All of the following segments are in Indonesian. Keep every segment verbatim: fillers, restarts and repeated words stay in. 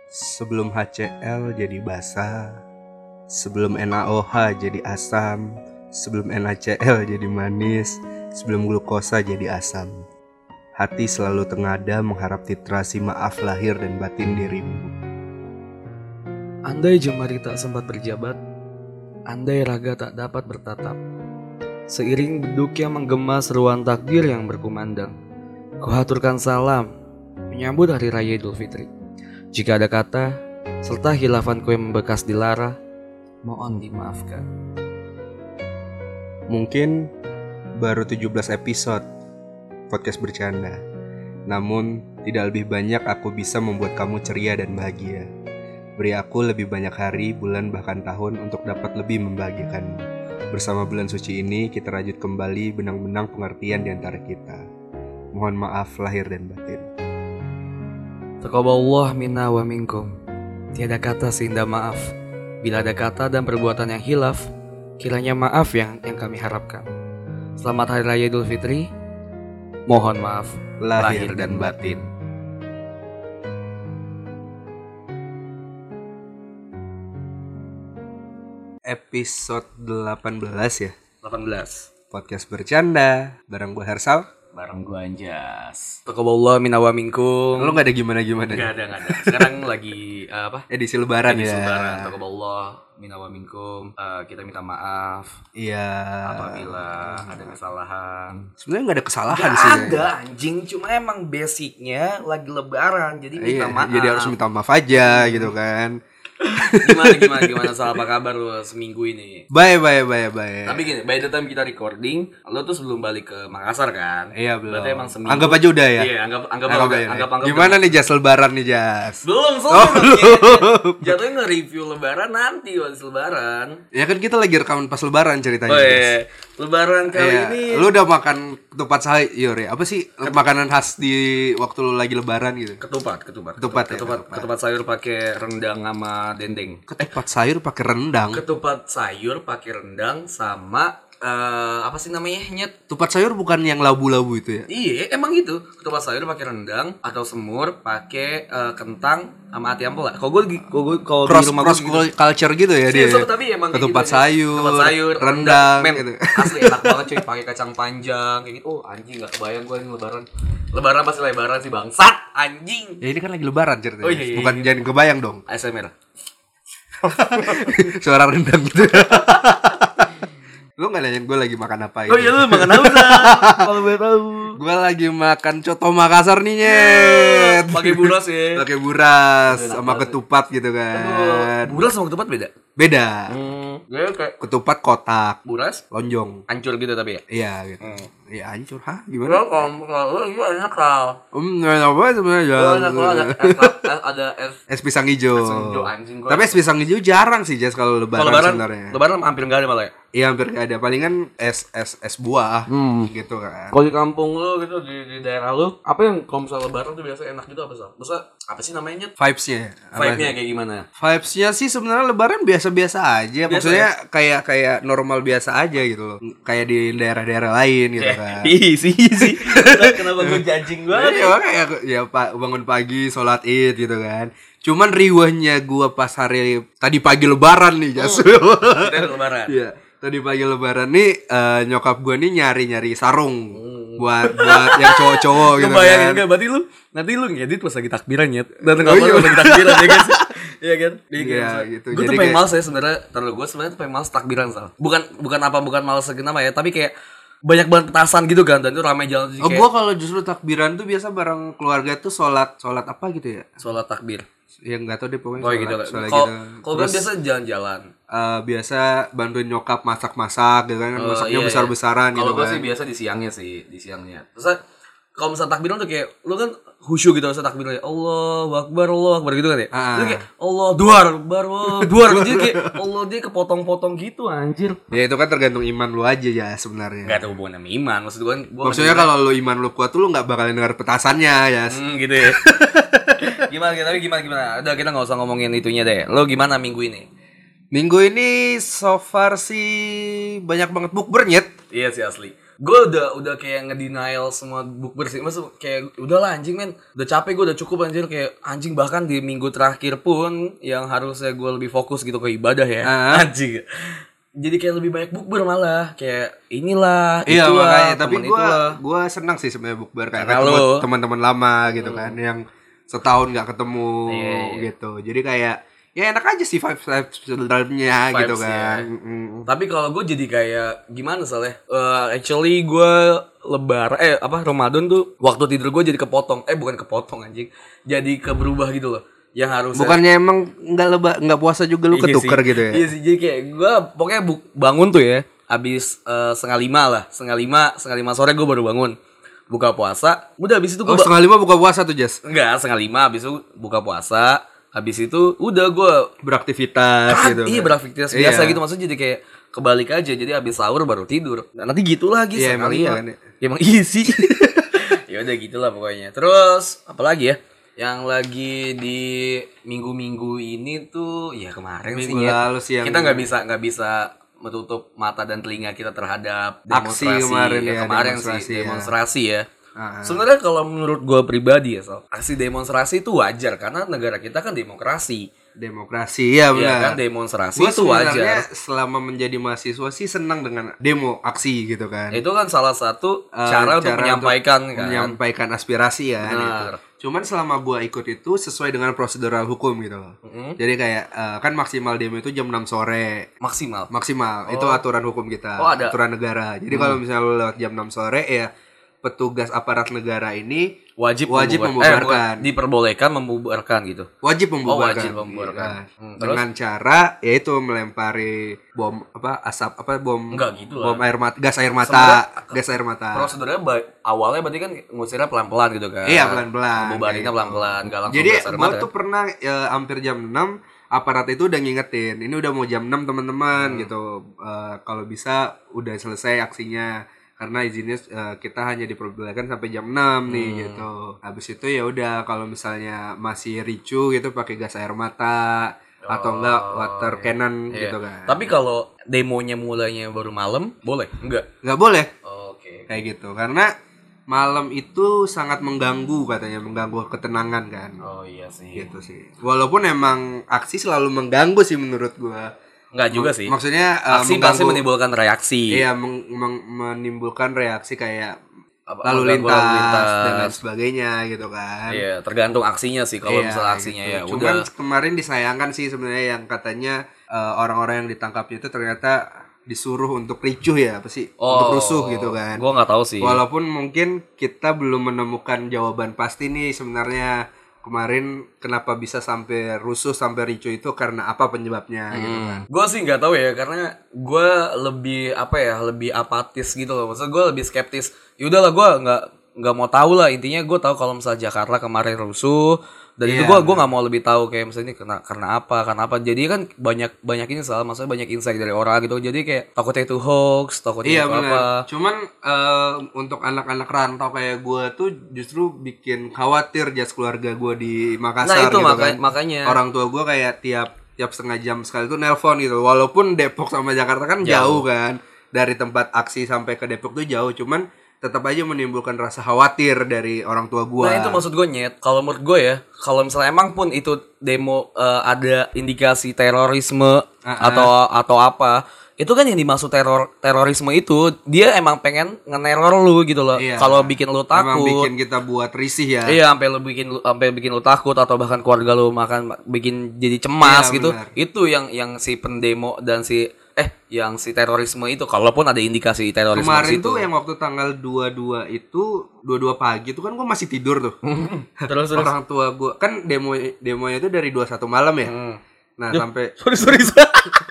Sebelum H C L jadi basa, sebelum N A O H jadi asam, sebelum N A C L jadi manis, sebelum glukosa jadi asam. Hati selalu tengada mengharap titrasi maaf lahir dan batin dirimu. Andai jemari tak sempat berjabat, andai raga tak dapat bertatap, seiring beduk yang menggema seruan takdir yang berkumandang, kuhaturkan salam menyambut Hari Raya Idul Fitri. Jika ada kata serta hilafanku yang membekas di lara, mohon dimaafkan. Mungkin baru tujuh belas episode podcast bercanda, namun tidak lebih banyak aku bisa membuat kamu ceria dan bahagia. Beri aku lebih banyak hari, bulan, bahkan tahun untuk dapat lebih membahagiakanmu. Bersama bulan suci ini kita rajut kembali benang-benang pengertian di antara kita. Mohon maaf lahir dan batin. Taqabbalallahu minna wa minkum. Tiada kata seindah maaf. Bila ada kata dan perbuatan yang hilaf, kiranya maaf yang yang kami harapkan. Selamat Hari Raya Idul Fitri. Mohon maaf lahir, lahir dan batin. Episode delapan belas ya. delapan belas. Podcast bercanda bareng gue Hersal, bareng gue Anjas. Taqabbalallahu minna wa minkum. Lo gak ada gimana-gimana? Gak ada, gak ada. Sekarang lagi uh, apa? Edisi lebaran Edisi ya. lebaran. Taqabbalallahu minna wa minkum. Uh, kita minta maaf. Iya. Apabila ada kesalahan. Sebenarnya gak ada kesalahan gak sih. Gak ada anjing. Cuma emang basicnya lagi lebaran. Jadi minta iya, maaf. Jadi harus minta maaf aja gitu kan. Gimana gimana gimana soal apa kabar lu seminggu ini? Bye bye bye bye. Tapi gini, by the time kita recording, lo tuh sebelum balik ke Makassar kan? Iya belum. Berarti emang seminggu. Anggap aja udah ya. Iya anggap anggap anggap, anggap, aja, anggap, anggap Gimana anggap, nih Jas lebaran nih Jas? Belum Oh, soalnya. belum. Jatuhnya nge-review lebaran nanti habis lebaran. Ya kan kita lagi rekaman pas lebaran ceritanya. Oh, iya. Lebaran kali iya. ini. Lu udah makan ketupat sayur ya? Apa sih Ket... makanan khas di waktu lu lagi lebaran gitu? Ketupat, ketupat. Ketupat, ketupat, ya, ketupat, ketupat. ketupat sayur pakai rendang sama dendeng. Ketupat eh, sayur pakai rendang. Ketupat sayur pakai rendang sama uh, apa sih namanya? Nyet. Ketupat sayur bukan yang labu-labu itu ya? Iya, emang gitu. Ketupat sayur pakai rendang atau semur pakai uh, kentang sama ati ampela. Kalau gue kalau gue kalau di rumah cross gue gitu. Culture gitu ya dia. So, tapi emang ketupat gitu, sayur, ketupat sayur, rendang, men, gitu. Asli enak banget cuy, pakai kacang panjang kayak gitu. Oh, anjing enggak kebayang gue ini lebaran. Lebaran pasti lebaran sih bangsat, anjing. Ya ini kan lagi lebaran ceritanya. Oh, iya, iya, bukan iya. jangan kebayang dong. A S M R. Suara rendang gitu. Lu gak nanyain gue lagi makan apa ini? Oh iya lu makan apa? Kalau gue tahu. Gue lagi makan coto Makassar nih nyet. Pakai buras ya. Pakai buras Enak sama banget. ketupat gitu kan. Buras sama ketupat beda? Beda. Hmm, gue kayak Ketupat kotak, buras lonjong. hancur gitu tapi ya. Iya gitu. Hmm. Iya hancur, hah? Gimana? Lo kalau kalau itu enak kal. Um, nggak apa sebenarnya. Lo enak lo ada es ada es Es pisang hijau. Es hijau, anjing, gua- Tapi es pisang hijau jarang sih Jas kalau lebaran, Kalau lebaran sebenarnya. lebaran hampir enggak ada malah ya. Iya hampir gak ada. Palingan es es es buah Hmm. gitu kan. Kalau di kampung lo gitu di, di daerah lo, apa yang kalau misalnya lebaran tuh biasa enak gitu apa sih? Maksudnya apa sih namanya? Vibes-nya. apa Vibe-nya sih? kayak gimana? Vibes-nya sih sebenarnya lebaran biasa-biasa aja. Biasa Maksudnya kayak kayak normal biasa aja gitu loh. Kayak di daerah-daerah lain gitu kan. Iya sih sih. Kenapa gue judging banget? Iya makanya ya Pak bangun pagi sholat Id gitu kan. Cuman riwahnya gua pas hari tadi pagi lebaran nih Jas. Kita lebaran. Iya. Tadi pagi lebaran nih uh, nyokap gua nih nyari-nyari sarung Hmm. buat buat yang cowok-cowok gitu Lu bayangin kan. enggak berarti lu nanti lu ngedit pas lagi takbiran ya. Dan enggak Oh, apa iya. lagi takbiran ya guys. Iya kan? Iya, gitu. Gue tuh Jadi pengen kayak- males ya sebenarnya. Terus gue sebenarnya tuh pengen males takbiran sal. Bukan bukan apa bukan males kenapa ya, tapi kayak banyak banget petasan gitu kan dan itu ramai jalan Oh, kayak gua kalau justru takbiran tuh biasa bareng keluarga tuh sholat sholat apa gitu ya? sholat takbir. Ya nggak tahu deh pokoknya. Oh sholat, gitu. sholat Kalau gitu. kalau kan Terus, biasa jalan-jalan. eh, biasa bantuin nyokap masak-masak gitu kan. Oh, Masaknya iya, iya. besar-besaran gitu Kalau gue kan. sih biasa di siangnya sih, di siangnya. Terus kalau misalnya takbiran tuh kayak lu kan khusyuk gitu misalnya takbiran Allahu Akbar, Allahu Akbar gitu kan ya. Ah. Terus kayak Allah duar, bar, Allah duar gitu kayak Allah dia kepotong-potong gitu anjir. Ya itu kan tergantung iman lu aja ya sebenarnya. Enggak ada hubungan sama iman. Maksud gue kan gua Maksudnya kalau lu iman lu kuat tuh lu nggak bakalan dengar petasannya ya. hmm, gitu ya. Gimana gitu tapi gimana gimana? Udah kita enggak usah ngomongin itunya deh. Lo gimana minggu ini? Minggu ini so far sih banyak banget bukber nyet. Iya sih asli. Gue udah udah kayak ngedenial semua bukber sih. Maksud kayak udahlah anjing men, udah capek gue, udah cukup anjir, kayak anjing. Bahkan di minggu terakhir pun yang harusnya gue lebih fokus gitu ke ibadah ya, Ah. anjing. Jadi kayak lebih banyak bukber malah, kayak inilah, Iya itulah, makanya, tapi temen gue itulah. gue senang sih sebenarnya bukber kayak Karena ketemu lu- teman-teman lama gitu kan, yang setahun nggak ketemu Iya, iya. gitu. Jadi kayak ya enak aja sih vibes vibes dalamnya gitu Vibes, kan. ya. Mm-mm. Tapi kalau gue jadi kayak gimana soalnya? Eh, actually gue lebar eh apa Ramadan tuh waktu tidur gue jadi kepotong. Eh bukan kepotong anjing. Jadi keberubah gitu loh. Yang harus Bukannya emang nggak leba nggak puasa juga lu Iya ketuker sih. gitu ya? Iya sih, jadi kayak gue pokoknya bu- bangun tuh ya, abis eh, setengah lima lah, setengah lima, setengah lima sore gue baru bangun, buka puasa, udah abis itu gue Oh setengah lima buka puasa tuh Jas? enggak setengah lima, abis itu buka puasa, habis itu udah gue Beraktivitas gitu iya kan? beraktivitas biasa Iya. gitu, maksudnya jadi kayak kebalik aja, jadi abis sahur baru tidur. Nah, nanti gitu lagi Iya, emang setengah iya lima. kan ya? Ya, emang iya sih. Ya udah gitulah pokoknya. Terus apa lagi ya? Yang lagi di minggu-minggu ini tuh ya kemarin sih Minggu Nyet. lalu sih yang- Kita nggak bisa nggak bisa menutup mata dan telinga kita terhadap Aksi demonstrasi kemarin ya, ya, kemarin demonstrasi sih ya. demonstrasi ya. Ah. Sebenarnya kalau menurut gue pribadi ya, Sob, aksi demonstrasi itu wajar karena negara kita kan demokrasi. Demokrasi ya Iya benar. kan, demonstrasi Gue itu wajar. selama menjadi mahasiswa sih senang dengan demo aksi gitu kan. Itu kan salah satu Eh, cara, untuk menyampaikan untuk kan. menyampaikan aspirasi ya Benar. gitu. Cuman selama gua ikut itu sesuai dengan prosedural hukum gitu loh. Mm-mm. Jadi kayak eh, kan maksimal demo itu jam enam sore. Maksimal. Maksimal. Itu Oh. aturan hukum kita, Oh, ada. aturan negara. Jadi kalau misalnya lu lewat jam enam sore ya petugas aparat negara ini Wajib Wajib membubar- eh, membubarkan. bukan, diperbolehkan membubarkan gitu. wajib Oh, membubarkan. wajib membubarkan. Iya. Hmm, terus? Dengan cara yaitu melempari bom apa asap apa bom Enggak gitu lah. bom air mata, gas air mata, Sebenarnya- gas air mata. Prosedurnya ba- awalnya berarti kan ngusirnya pelan-pelan gitu kan. Iya, pelan-pelan. Bubarinnya Kayak pelan-pelan, enggak langsung Jadi gas air gue mata. tuh pernah ya, hampir jam enam aparat itu udah ngingetin, ini udah mau jam enam teman-teman Hmm. gitu. Eh, kalau bisa udah selesai aksinya karena izinnya eh, kita hanya diperbolehkan sampai jam enam nih Hmm. gitu. Habis itu ya udah kalau misalnya masih ricu gitu pakai gas air mata atau enggak water cannon Iya. gitu kan. Tapi kalau demonya mulainya baru malam, boleh? Enggak. nggak boleh Oke. kayak gitu karena malam itu sangat mengganggu katanya, mengganggu ketenangan kan. Oh iya sih. Gitu sih. Walaupun emang aksi selalu mengganggu sih menurut gua. Enggak juga sih. Maksudnya eh, Aksi pasti menimbulkan reaksi. Iya, meng- meng- menimbulkan reaksi kayak Apa- lalu mengganggu lintas, lalu lintas. dan lain sebagainya gitu kan. Iya, tergantung aksinya sih. Kalau Iya, misalnya aksinya gitu. ya Cuman udah. kemarin disayangkan sih sebenarnya yang katanya eh, orang-orang yang ditangkapnya itu ternyata disuruh untuk ricuh ya, apa sih? Untuk rusuh gitu kan. Gue nggak tahu sih. Walaupun mungkin kita belum menemukan jawaban pasti nih sebenarnya kemarin kenapa bisa sampai rusuh sampai ricuh itu karena apa penyebabnya gitu kan. Gue sih nggak tahu ya, karena gue lebih apa ya, lebih apatis gitu loh. Maksudnya gue lebih skeptis. Yaudah lah, gue nggak nggak mau tahu lah. Intinya gue tahu kalau misalnya Jakarta kemarin rusuh, dan itu Iya, gue gue nggak mau lebih tahu kayak misalnya ini karena karena apa, karena apa. Jadi kan banyak banyak ini salah, maksudnya banyak insight dari orang gitu. Jadi kayak takutnya itu hoax, takutnya Iya itu benar. apa. Cuman eh, untuk anak-anak rantau kayak gue tuh justru bikin khawatir jas keluarga gue di Makassar Nah itu gitu maka- kan. makanya. Orang tua gue kayak tiap tiap setengah jam sekali tuh nelpon gitu. Walaupun Depok sama Jakarta kan Jauh. jauh, kan. Dari tempat aksi sampai ke Depok tuh jauh. Cuman tetap aja menimbulkan rasa khawatir dari orang tua gue. Nah itu maksud gue Nyet. Kalau menurut gue ya, kalau misalnya emang pun itu demo eh, ada indikasi terorisme atau atau apa, itu kan yang dimaksud teror terorisme itu dia emang pengen ngeneror lu gitu loh. Iya. Kalau bikin lu Emang takut. bikin kita buat risih ya. Iya, sampai lu bikin lu sampai bikin lu takut atau bahkan keluarga lu makan bikin jadi cemas Iya, gitu. benar. Itu yang yang si pendemo dan si eh yang si terorisme itu, kalaupun ada indikasi terorisme Kemarin di situ. tuh yang waktu tanggal dua puluh dua itu dua puluh dua pagi tuh kan gue masih tidur tuh. terus terus. Orang tua gue kan demo demonya itu dari dua puluh satu malam ya. Hmm. Nah, sampai Sorry sorry. sorry.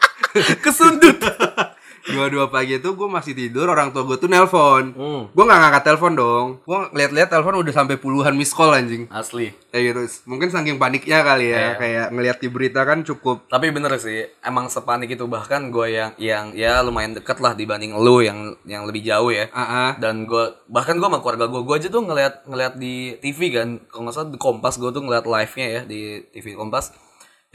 Kesundut. dua puluh dua pagi itu gue masih tidur, orang tua gue tuh nelpon. Hmm. Gue nggak ngangkat telepon dong. Gue ngeliat-liat telepon udah sampai puluhan miss call anjing. Asli. Kayak gitu. Mungkin saking paniknya kali ya, Iya. kayak ngeliat di berita kan cukup. Tapi bener sih, emang sepanik itu. Bahkan gue yang yang ya lumayan deket lah dibanding lu yang yang lebih jauh ya. Ah, ah. Dan gue bahkan gue sama keluarga gue, gue aja tuh ngeliat ngeliat di T V kan, kalau nggak salah di Kompas, gue tuh ngeliat live nya ya di T V Kompas.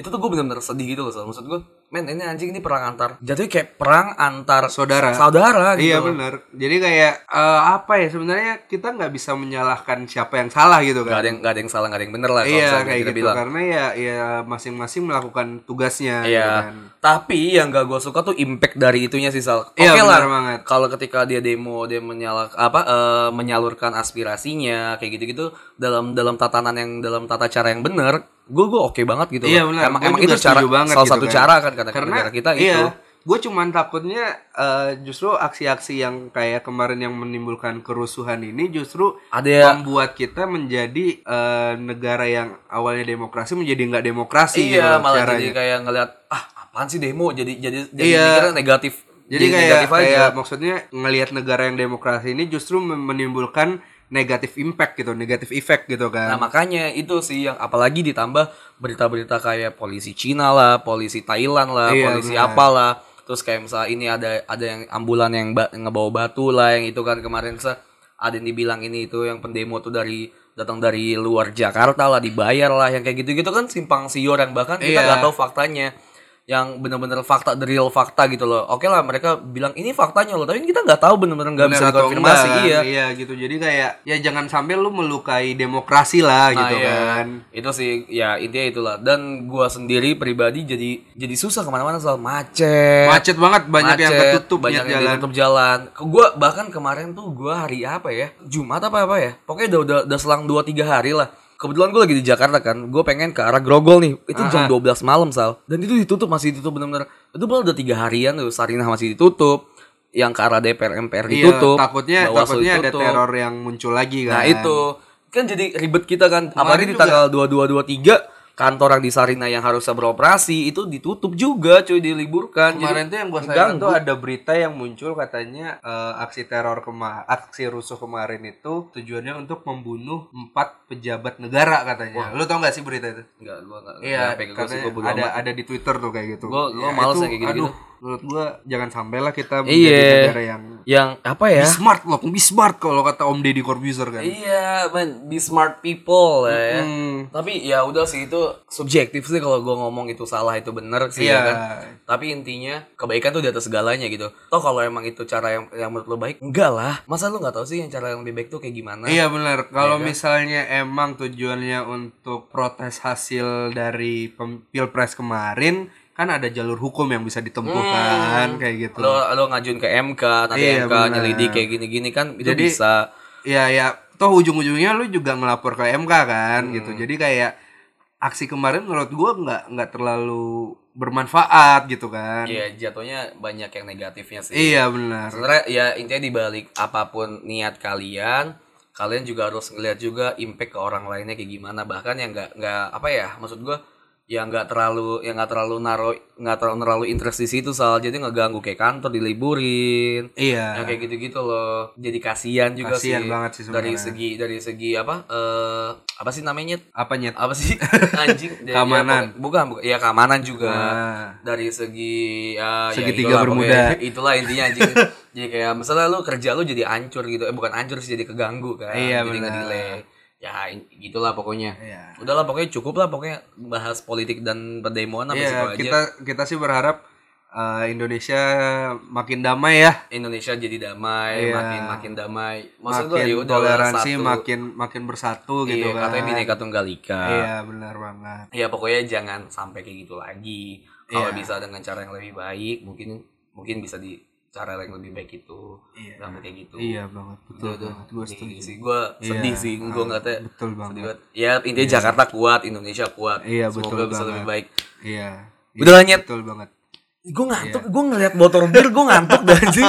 Itu tuh gue bener-bener sedih gitu loh. Sal. Maksud gue, men ini anjing ini perang antar, jatuhnya kayak perang antar saudara. Saudara gitu. Iya benar. Jadi kayak uh, apa ya sebenarnya kita nggak bisa menyalahkan siapa yang salah gitu kan. Gak ada yang gak ada yang salah, gak ada yang bener lah. Iya kayak gitu bilang. Karena ya ya masing-masing melakukan tugasnya. Iya. Gitu kan. Tapi yang gak gue suka tuh impact dari itunya sih Sal. Oke Iya, okay lah. banget. Kalau ketika dia demo dia menyala apa uh, menyalurkan aspirasinya kayak gitu-gitu dalam dalam tatanan yang dalam tata cara yang benar. Gue gue oke banget gitu. Iya benar. Emang, emang itu cara banget salah gitu satu kan. cara kan karena, karena negara kita iya, itu. Gue cuman takutnya uh, justru aksi-aksi yang kayak kemarin yang menimbulkan kerusuhan ini justru ada membuat kita menjadi uh, negara yang awalnya demokrasi menjadi nggak demokrasi. Iya gitu, malah caranya. jadi kayak ngeliat ah apaan sih demo jadi jadi jadi iya. mikirnya negatif. Jadi, jadi kayak negatif kayak aja. maksudnya ngelihat negara yang demokrasi ini justru menimbulkan negatif impact gitu, negatif effect gitu kan. Nah makanya itu sih yang apalagi ditambah berita-berita kayak polisi Cina lah, polisi Thailand lah, iya, polisi bener. apalah. Terus kayak misalnya ini ada ada yang ambulan yang ba- ngebawa batu lah yang itu kan kemarin sa ada yang dibilang ini itu yang pendemo tuh dari datang dari luar Jakarta lah dibayar lah yang kayak gitu-gitu kan simpang siur yang bahkan kita nggak iya. tahu faktanya. Yang benar-benar fakta, the real fakta gitu loh. Oke lah mereka bilang ini faktanya loh, tapi kita nggak tahu benar-benar nggak bisa dikonfirmasi. Iya, iya gitu. Jadi kayak ya jangan sampai lu melukai demokrasi lah nah, gitu iya. kan. Itu sih ya intinya itulah. Dan gua sendiri pribadi jadi jadi susah kemana-mana soal macet. Macet banget, banyak macet, yang ketutup banyak yang jalan. ditutup jalan. Gua bahkan kemarin tuh gua hari apa ya? Jumat apa apa ya? Pokoknya udah udah, udah selang dua tiga hari lah. Kebetulan gue lagi di Jakarta kan, gue pengen ke arah Grogol nih. Itu jam dua belas malam Sal. Dan itu ditutup, masih ditutup benar-benar. Itu baru udah tiga harian tuh, Sarinah masih ditutup. Yang ke arah D P R M P R ditutup. Iya, takutnya takutnya ada teror yang muncul lagi kan. Nah itu, kan jadi ribet kita kan. Kemarin apalagi di tanggal dua puluh dua dua puluh tiga kantor yang di Sarinah yang harusnya beroperasi itu ditutup juga cuy, diliburkan. Kemarin tuh yang gue sayang tuh ada berita yang muncul katanya uh, aksi teror kemarin, aksi rusuh kemarin itu tujuannya untuk membunuh empat pejabat negara katanya. Wah. Lu tau gak sih berita itu? Enggak, gua enggak. Iya, katanya ada amat. Ada di Twitter tuh kayak gitu. Gua gua ya, males itu, ya kayak gitu. Aduh, menurut gua jangan sampailah kita menjadi iya, negara yang yang apa ya? Be smart loh, be smart kalau kata Om Deddy Corbuzier kan. Iya, man, be smart people ya. Hmm. Tapi ya udah sih itu subjektif sih kalau gua ngomong itu salah itu benar sih iya. ya kan. Tapi intinya kebaikan tuh di atas segalanya gitu. Toh kalau emang itu cara yang yang menurut lo baik, enggak lah. Masa lu enggak tahu sih yang cara yang lebih baik tuh kayak gimana? Iya benar. Kalau ya, kan? misalnya emang tujuannya untuk protes hasil dari Pilpres kemarin, kan ada jalur hukum yang bisa ditempuh kan, hmm. kayak gitu. Lo lo ngajuin ke M K, nanti iya, M K bener. Nyelidik kayak gini-gini kan itu jadi, bisa. Iya ya, toh ujung-ujungnya lu juga ngelapor ke M K kan hmm. gitu. Jadi kayak aksi kemarin menurut gua nggak nggak terlalu bermanfaat gitu kan. Iya, jatuhnya banyak yang negatifnya sih. Iya benar. Sebenarnya ya intinya dibalik apapun niat kalian, kalian juga harus ngeliat juga impact ke orang lainnya kayak gimana. Bahkan yang nggak nggak apa ya, maksud gua yang nggak terlalu yang nggak terlalu naro nggak terlalu terlalu interest di situ soal jadi ngeganggu kayak kantor diliburin, iya yang kayak gitu-gitu loh, jadi kasihan juga kasihan sih, banget sih dari segi dari segi apa eh apa sih namanya apa nyet apa sih anjing keamanan ya, bukan bukan ya keamanan juga nah. dari segi ya, segitiga ya bermuda itulah intinya anjing. Jadi kayak misalnya lu kerja lu jadi hancur gitu eh bukan hancur sih jadi keganggu kan, iya, jadi nggak delay. Ya gitulah pokoknya. Iya. Udahlah pokoknya cukup lah pokoknya bahas politik dan perdemoan apa iya, aja. Kita kita sih berharap uh, Indonesia makin damai ya. Indonesia jadi damai, iya. makin makin damai. Maksud makin gua, toleransi makin makin bersatu iya, gitu kan. Katanya Bhinneka Tunggal Ika. Iya, benar banget. Iya, pokoknya jangan sampai kayak gitu lagi. Kalau iya. bisa dengan cara yang lebih baik, mungkin mungkin bisa di cara yang lebih baik itu iya. sama kayak gitu. Iya banget, betul tuh, banget. Gue setuju sih. Gue sedih iya. sih, gue ngeliatnya. Betul banget. banget. Ya intinya iya. Jakarta kuat, Indonesia kuat. Iya, semoga betul bisa banget. lebih baik. Iya. Udah lanjut. Betul banget. Gue ngantuk, iya. gue ngeliat botol bir, gue ngantuk dah sih.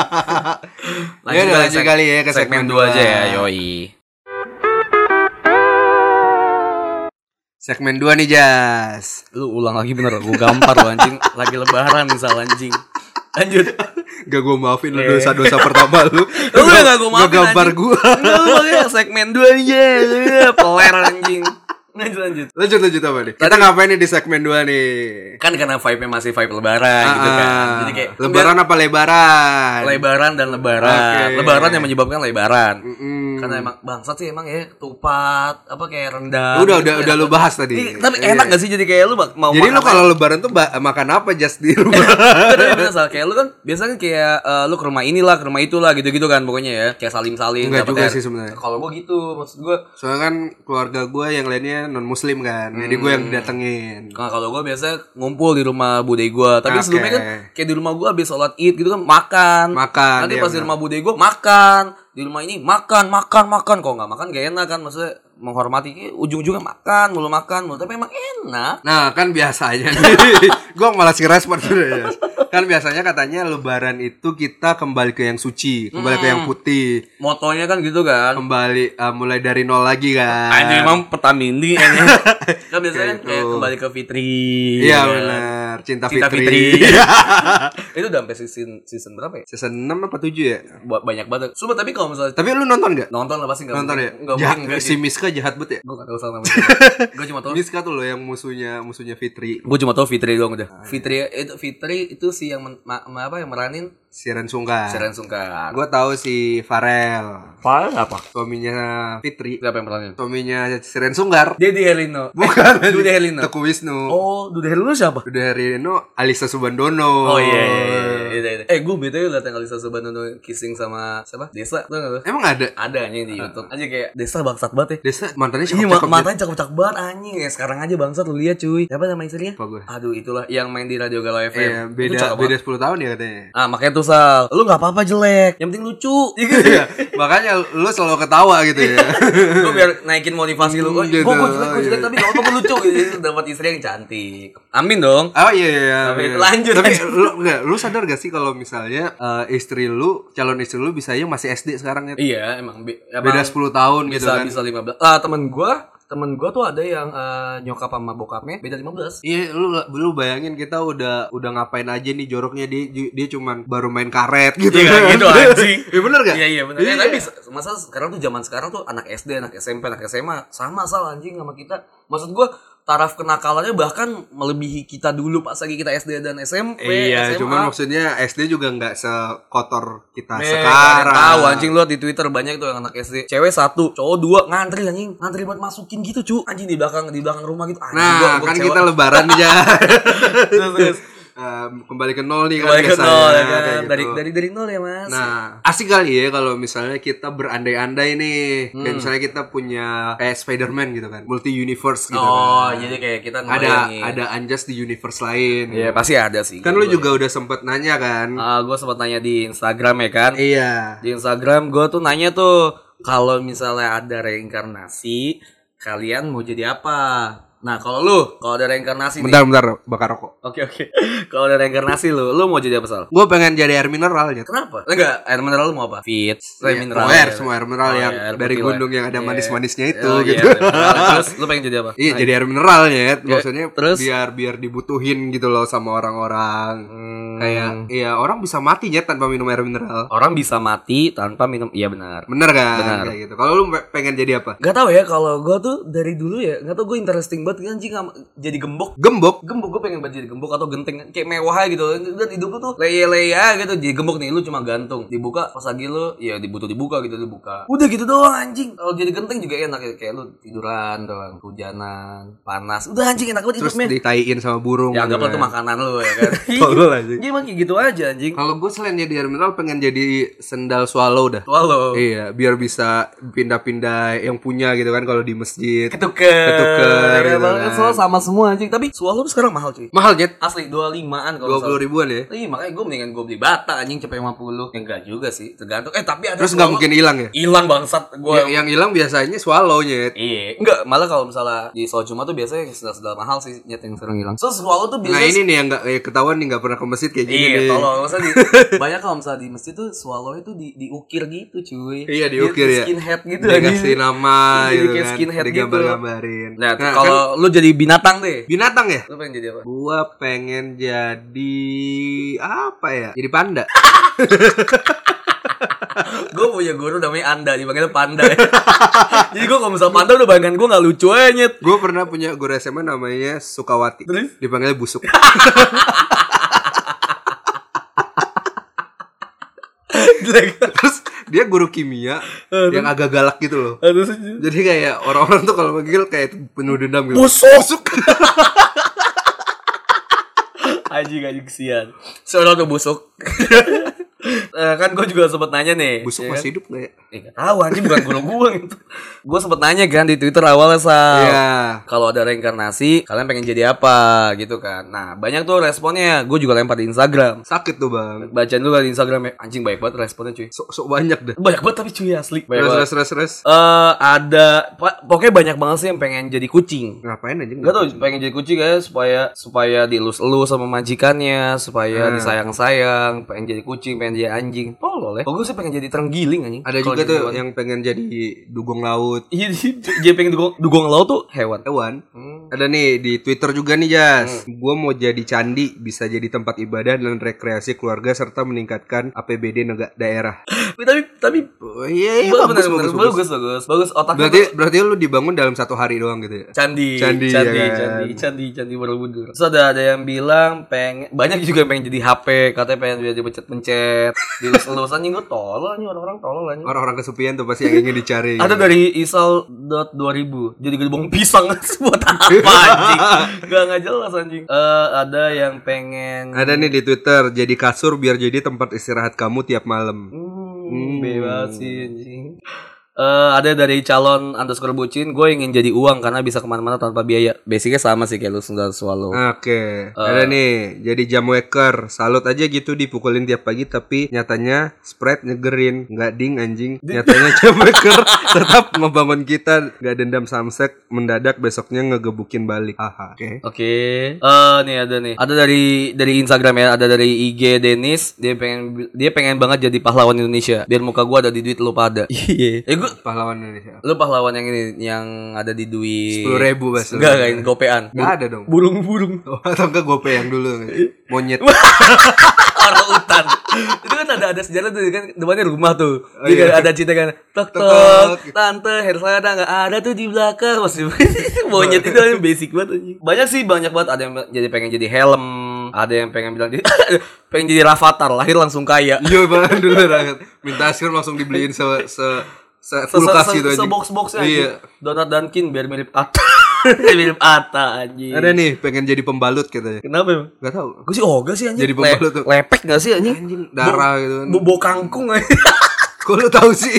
Lanjut, ya, lanjut kali ya ke segmen, segmen dua aja ya, yoi. Segmen dua nih, Jas. Lu ulang lagi bener, gue gampar lu anjing. Lagi lebaran misal anjing. Lanjut. Gak gue maafin lu dosa-dosa pertama lu. Lu gak gue maafin gambar gue. Enggak lu makanya segmen dua aja. Peler anjing. Lanjut lanjut. Lanjut lanjut apa nih? Kita ngapain nih di segmen dua nih? Kan karena vibe-nya masih vibe lebaran gitu kan. Jadi kayak lebaran apa lebaran? Lebaran dan lebaran. Okay. Lebaran yang menyebabkan lebaran. Mm-mm. Karena emang bangsat sih emang ya tupat apa kayak rendang. Udah gitu udah kan. udah lu bahas tadi. Iya, tapi enak gak sih jadi kayak lu bak- mau Jadi makan lu kalau lebaran tuh ba- makan apa just di rumah? Tapi biasa kayak lu kan biasanya kayak uh, lu ke rumah inilah, ke rumah itulah gitu-gitu kan pokoknya ya. Kayak saling-saling. Enggak juga dapet sih sebenarnya. Kalau gua gitu, maksud gua Soalnya kan keluarga gue yang lainnya non muslim kan, hmm. jadi gue yang didatengin. Nah, kalau gue biasanya ngumpul di rumah bude gue. Tapi Okay. sebelumnya kan kayak di rumah gue habis sholat id gitu kan makan. Makan. Nanti Iya, pas di benar. rumah bude gue makan. Di rumah ini makan, makan, makan. Kalau nggak makan gak enak kan. Maksudnya menghormati ujung-ujungnya makan, mulu makan, mulu. Tapi emang enak. Nah kan biasanya, gue malah sih respon dulu ya. Kan biasanya katanya lebaran itu kita kembali ke yang suci, kembali ke yang putih, Motonya kan gitu kan. kembali uh, mulai dari nol lagi kan. Anjing emang Pertamini anjing. Kan biasanya kan Kayak kayak itu. kembali ke Fitri. Iya kan. benar, cinta, Cinta Fitri. Fitri. Itu udah sampai season season berapa ya? Season enam apa tujuh ya? Ba- Banyak banget. Sumpah tapi kalau misalnya Tapi lu nonton gak? nonton lah pasti nggak Nonton ya? Nggak Jahat, mungkin si Miska jahat banget ya? Gue gak tau sama namanya. Gue cuma tau Miska tuh loh yang musuhnya musuhnya Fitri. Gue cuma tau Fitri doang udah. Fitri itu Fitri itu si yang men, ma, ma- apa yang meranin Siren Sungkar. Siren Sungkar. Gue tahu si Farel, File apa? suaminya Fitri, Siapa yang meranin? suaminya Siren Sungkar. Dia di Helino. Bukan, Dude Helino. Teku Wisnu. Oh, Dude Helino siapa? Udah Rino, Alisa Subandono. Oh iya iya iya. iya, iya. Eh gue btw liat yang Alisa Subanono kissing sama siapa? Desa tuh enggak? Emang ada? Ada anjing di YouTube. Anjing kayak Desa bangsat banget ya. Desa mantannya Iya, cakep-cakep. ma- matanya cakep-cakep banget anjing ya. Sekarang aja bangsat lu lihat cuy. Siapa nama istrinya? Apa gue? Aduh, itulah yang main di Radio Galau F M. Iya, Itu beda cakep beda banget. sepuluh tahun ya katanya. Ah, makanya tuh Sal, lu gak apa-apa jelek, yang penting lucu. Iya, makanya lu selalu ketawa gitu ya. Gue biar naikin motivasi lu. Oh, Gitu. gue gue jelek, gue jelek Iya. tapi gak apa-apa gue lucu. Jadi dapat istri yang cantik. Amin dong. Oh iya iya. Tapi iya. lanjut, Tapi lanjut. lu enggak, lu sadar gak sih kalau misalnya eh, istri lu, calon istri lu bisa aja masih S D sekarang ya? Iya, emang, be- emang Beda sepuluh tahun gitu bisa kan. bisa lima belas. Ah, temen gue, temen gue tuh ada yang eh, nyokap sama bokapnya beda lima belas. Iya, lu lu bayangin kita udah udah ngapain aja nih joroknya dia dia cuman baru main karet gitu. Iya, kan. gitu, anjing. Iya bener gak? Iya iya benar. Iya. Eh, tapi masa sekarang tuh zaman sekarang tuh anak S D, anak S M P, anak S M A sama Sal anjing sama kita. Maksud gue taraf kenakalannya bahkan melebihi kita dulu pas lagi kita S D dan S M P. Iya, S M A. cuman maksudnya S D juga nggak sekotor kita Eh, sekarang. tahu anjing lu di Twitter banyak tuh yang anak S D. Cewek satu, cowok dua ngantri anjing. Ngantri buat masukin gitu, cu. Anjing di belakang di belakang rumah gitu. Anjing, Nah, gua- gua kan kecewa. kita lebaran nih ya. Terus, terus. Em, kembali ke nol nih Kembali kan ke nol ya biasanya, kan. kayak gitu. Dari dari dari nol ya, Mas. Nah, asik kali ya kalau misalnya kita berandai-andai nih. Hmm. Kayak misalnya kita punya kayak Spider-Man gitu kan, multi universe gitu Oh, kan. jadi kayak kita ada ngebayangin. ada Anjas di universe lain. Iya, pasti ada sih. Kan lu juga udah sempet nanya kan? Ah, gue sempat nanya di Instagram ya kan. Iya. Di Instagram gue tuh nanya tuh kalau misalnya ada reinkarnasi, kalian mau jadi apa? Nah, kalau lu, kalau ada reinkarnasi nih. Bentar bentar bakar rokok. Oke, oke. Kalau ada reinkarnasi lu, lu mau jadi apa, Sal? Gue pengen jadi air mineral ya. Kenapa? Enggak, air mineral lu mau apa? Fit, air mineral. Semua air, ya. semua air mineral Oh, yang iya, air dari putih gunung lah. yang ada Iya. manis-manisnya itu Oh, gitu. Iya, mineral. Terus lu pengen jadi apa? Iya, jadi air mineral ya. Maksudnya terus? biar biar dibutuhin gitu loh sama orang-orang. Hmm, Kayak iya orang bisa mati ya tanpa minum air mineral. orang bisa mati tanpa minum. Iya benar. Bener kan? Benar. Kayak gitu. Kalau lu pe- pengen jadi apa? Gak tau ya, kalau gue tuh dari dulu ya, gak tau gue interesting banget anjing sama- jadi gembok. Gembok. Gembok, gue pengen banget jadi gembok atau genting kayak mewah gitu. Dan hidup lu tuh leye-leye gitu. Jadi gembok nih, lu cuma gantung, dibuka pas lagi lu ya dibutuh dibuka gitu, dibuka. Udah gitu doang anjing. Kalau jadi genting juga enak ya, kayak lu tiduran doang, hujanan, panas. Udah anjing enak banget Terus hidupnya. ditaiin sama burung. Ya gitu anggaplah kan. itu makanan lu ya kan. Tolol anjing. Jadi emang kayak gitu aja anjing. Kalau gue selain jadi air mineral pengen jadi sendal swallow dah. Walau Iya, biar bisa pindah-pindah yang punya gitu kan kalau di masjid. ketuker. Ketuker, Ya, gitu banget. kan. Soalnya sama semua anjing. Tapi swallow tuh sekarang mahal cuy. Mahal Jet. Asli dua puluh limaan kalau dua nggak puluh salah. ribuan ya. Iya makanya gue mendingan gue beli bata anjing cepet lima puluh. Ya enggak juga sih, tergantung. Eh tapi ada Terus nggak swallow- mungkin hilang ya? hilang bangsat gue. Yang yang hilang biasanya swallow-nya. Iya, enggak, malah kalau misalnya di sholat Jumat tuh biasanya sendal-sendal mahal sih nyet yang sering hilang. So swallow tuh biasanya Nah ini nih yang nggak eh, ketahuan nih nggak pernah ke masjid kayak gini Iya, nih. tolong maksudnya di, banyak kalau misalnya di masjid tuh swallow itu di diukir gitu, cuy. Iya, diukir Di ya. Skinhead gitu Dikasih nama Iya, gitu kayak kan. skinhead gitu. Digambar-gambarin. Nah, Nah, kalau lu jadi binatang deh, kan binatang ya? lu pengen jadi apa? Gua pengen jadi apa ya? Jadi panda. Gue punya guru namanya Anda, dipanggilnya Panda ya. Jadi gue kalau misal Panda udah bayangan gue gak lucu aja nyet. Gue pernah punya guru S M A namanya Sukawati. Terus? Dipanggilnya Busuk. Terus dia guru kimia yang agak galak gitu loh. Jadi kayak orang-orang tuh kalau manggil kayak penuh dendam gitu. Busuk. Busuk. Anjing anjing kesian. Soalnya tuh busuk. Uh, kan gue juga sempet nanya nih. Busuk ya masih kan? hidup gak ya? Eh gak tau anjing, bukan guru gue gitu. Gue sempet nanya kan di Twitter awalnya Sal. Iya. Kalau ada reinkarnasi kalian pengen jadi apa gitu kan. Nah banyak tuh responnya. Gue juga lempar di Instagram. Sakit tuh bang. Bacain dulu kan di Instagram ya. Anjing banyak banget responnya cuy. Sok-sok banyak deh. Banyak banget tapi cuy asli. Banyak Res banget. res res res. Eh ada pokoknya banyak banget sih yang pengen jadi kucing. Ngapain aja? Gak tau pengen jadi kucing ya supaya supaya dielus-elus sama majikannya, supaya Hmm. disayang-sayang, pengen jadi kucing, pengen jadi anjing. Tolol ya. Kalau gue sih pengen jadi terenggiling anjing. Ada Kalau juga jadi tuh hewan. yang pengen jadi dugong laut. Iya dia pengen dugong dugong laut tuh hewan. Hewan. Hmm. Ada nih di Twitter juga nih Jas. Hmm. Gue mau jadi candi, bisa jadi tempat ibadah dan rekreasi keluarga serta meningkatkan A P B D negara daerah. tapi tapi Oh, iya, iya, bagus, bagus, bener, bagus, bagus, bagus. bagus, bagus, bagus. Otaknya Berarti tuh- berarti lu dibangun dalam satu hari doang gitu ya? Candi, Candi, candi, ya kan? candi, candi, candi Borobudur. Terus ada ada yang bilang pengen, banyak juga yang pengen jadi H P, katanya pengen jadi pencet-pencet, dilus-elus anjing. Gue tolol anjing, orang-orang tolol anjing. Orang-orang kesepian tuh pasti yang ingin dicari. Ada dari isal dot dua ribu jadi gerbong pisang buat apa anjing? Gak nggak jelas anjing. Eh ada yang pengen. Ada nih di Twitter, jadi kasur biar jadi tempat istirahat kamu tiap malam. Hmm, Hmm. bebas sih anjing. Eh ada dari calon underscore bucin, gue ingin jadi uang karena bisa kemana-mana tanpa biaya. Basicnya sama sih kayak lu sudah swallow. Oke, ada nih, jadi jam waker, salut aja gitu dipukulin tiap pagi tapi nyatanya Sprite nyegerin, nggak ding anjing. Nyatanya jam waker tetap ngebangun kita, nggak dendam samsek, mendadak besoknya ngegebukin balik. Aha, oke. Oke. Eh nih ada nih. Ada dari dari Instagram ya, ada dari I G Dennis, dia pengen dia pengen banget jadi pahlawan Indonesia. Biar muka gua ada di duit lu pada. Iya. Eh gua Pahlawan Indonesia. lu pahlawan yang ini yang ada di duit Sepuluh ribu bahasa. Enggak, enggak, ini gopean. Nggak ada dong. Burung-burung. Oh, atau enggak gope yang dulu monyet. Orang hutan. Itu kan ada ada sejarah tuh kan depannya rumah tuh. Oh, Jadi iya. kan ada cerita kan tok Tok, tok tok. tante hair saya ada enggak ada tuh di belakang masih monyet itu yang basic banget anjing. Banyak sih banyak banget ada yang jadi pengen jadi helm, ada yang pengen bilang jadi pengen jadi Rafathar lahir langsung kaya. Iya banget dulu banget. Minta askar langsung dibeliin se se se kulkas gitu aja. Se-box-boxnya Iya. Donat Dunkin biar mirip Atta. Mirip Atta anjing. Ada nih pengen jadi pembalut katanya. Kenapa emang? Gak tahu. Gue sih ogah sih anjing. Jadi pembalut tuh. Lepek gak sih anjing? Anjing darah gitu kan. Bobo kangkung anjing. Kok lu tahu sih?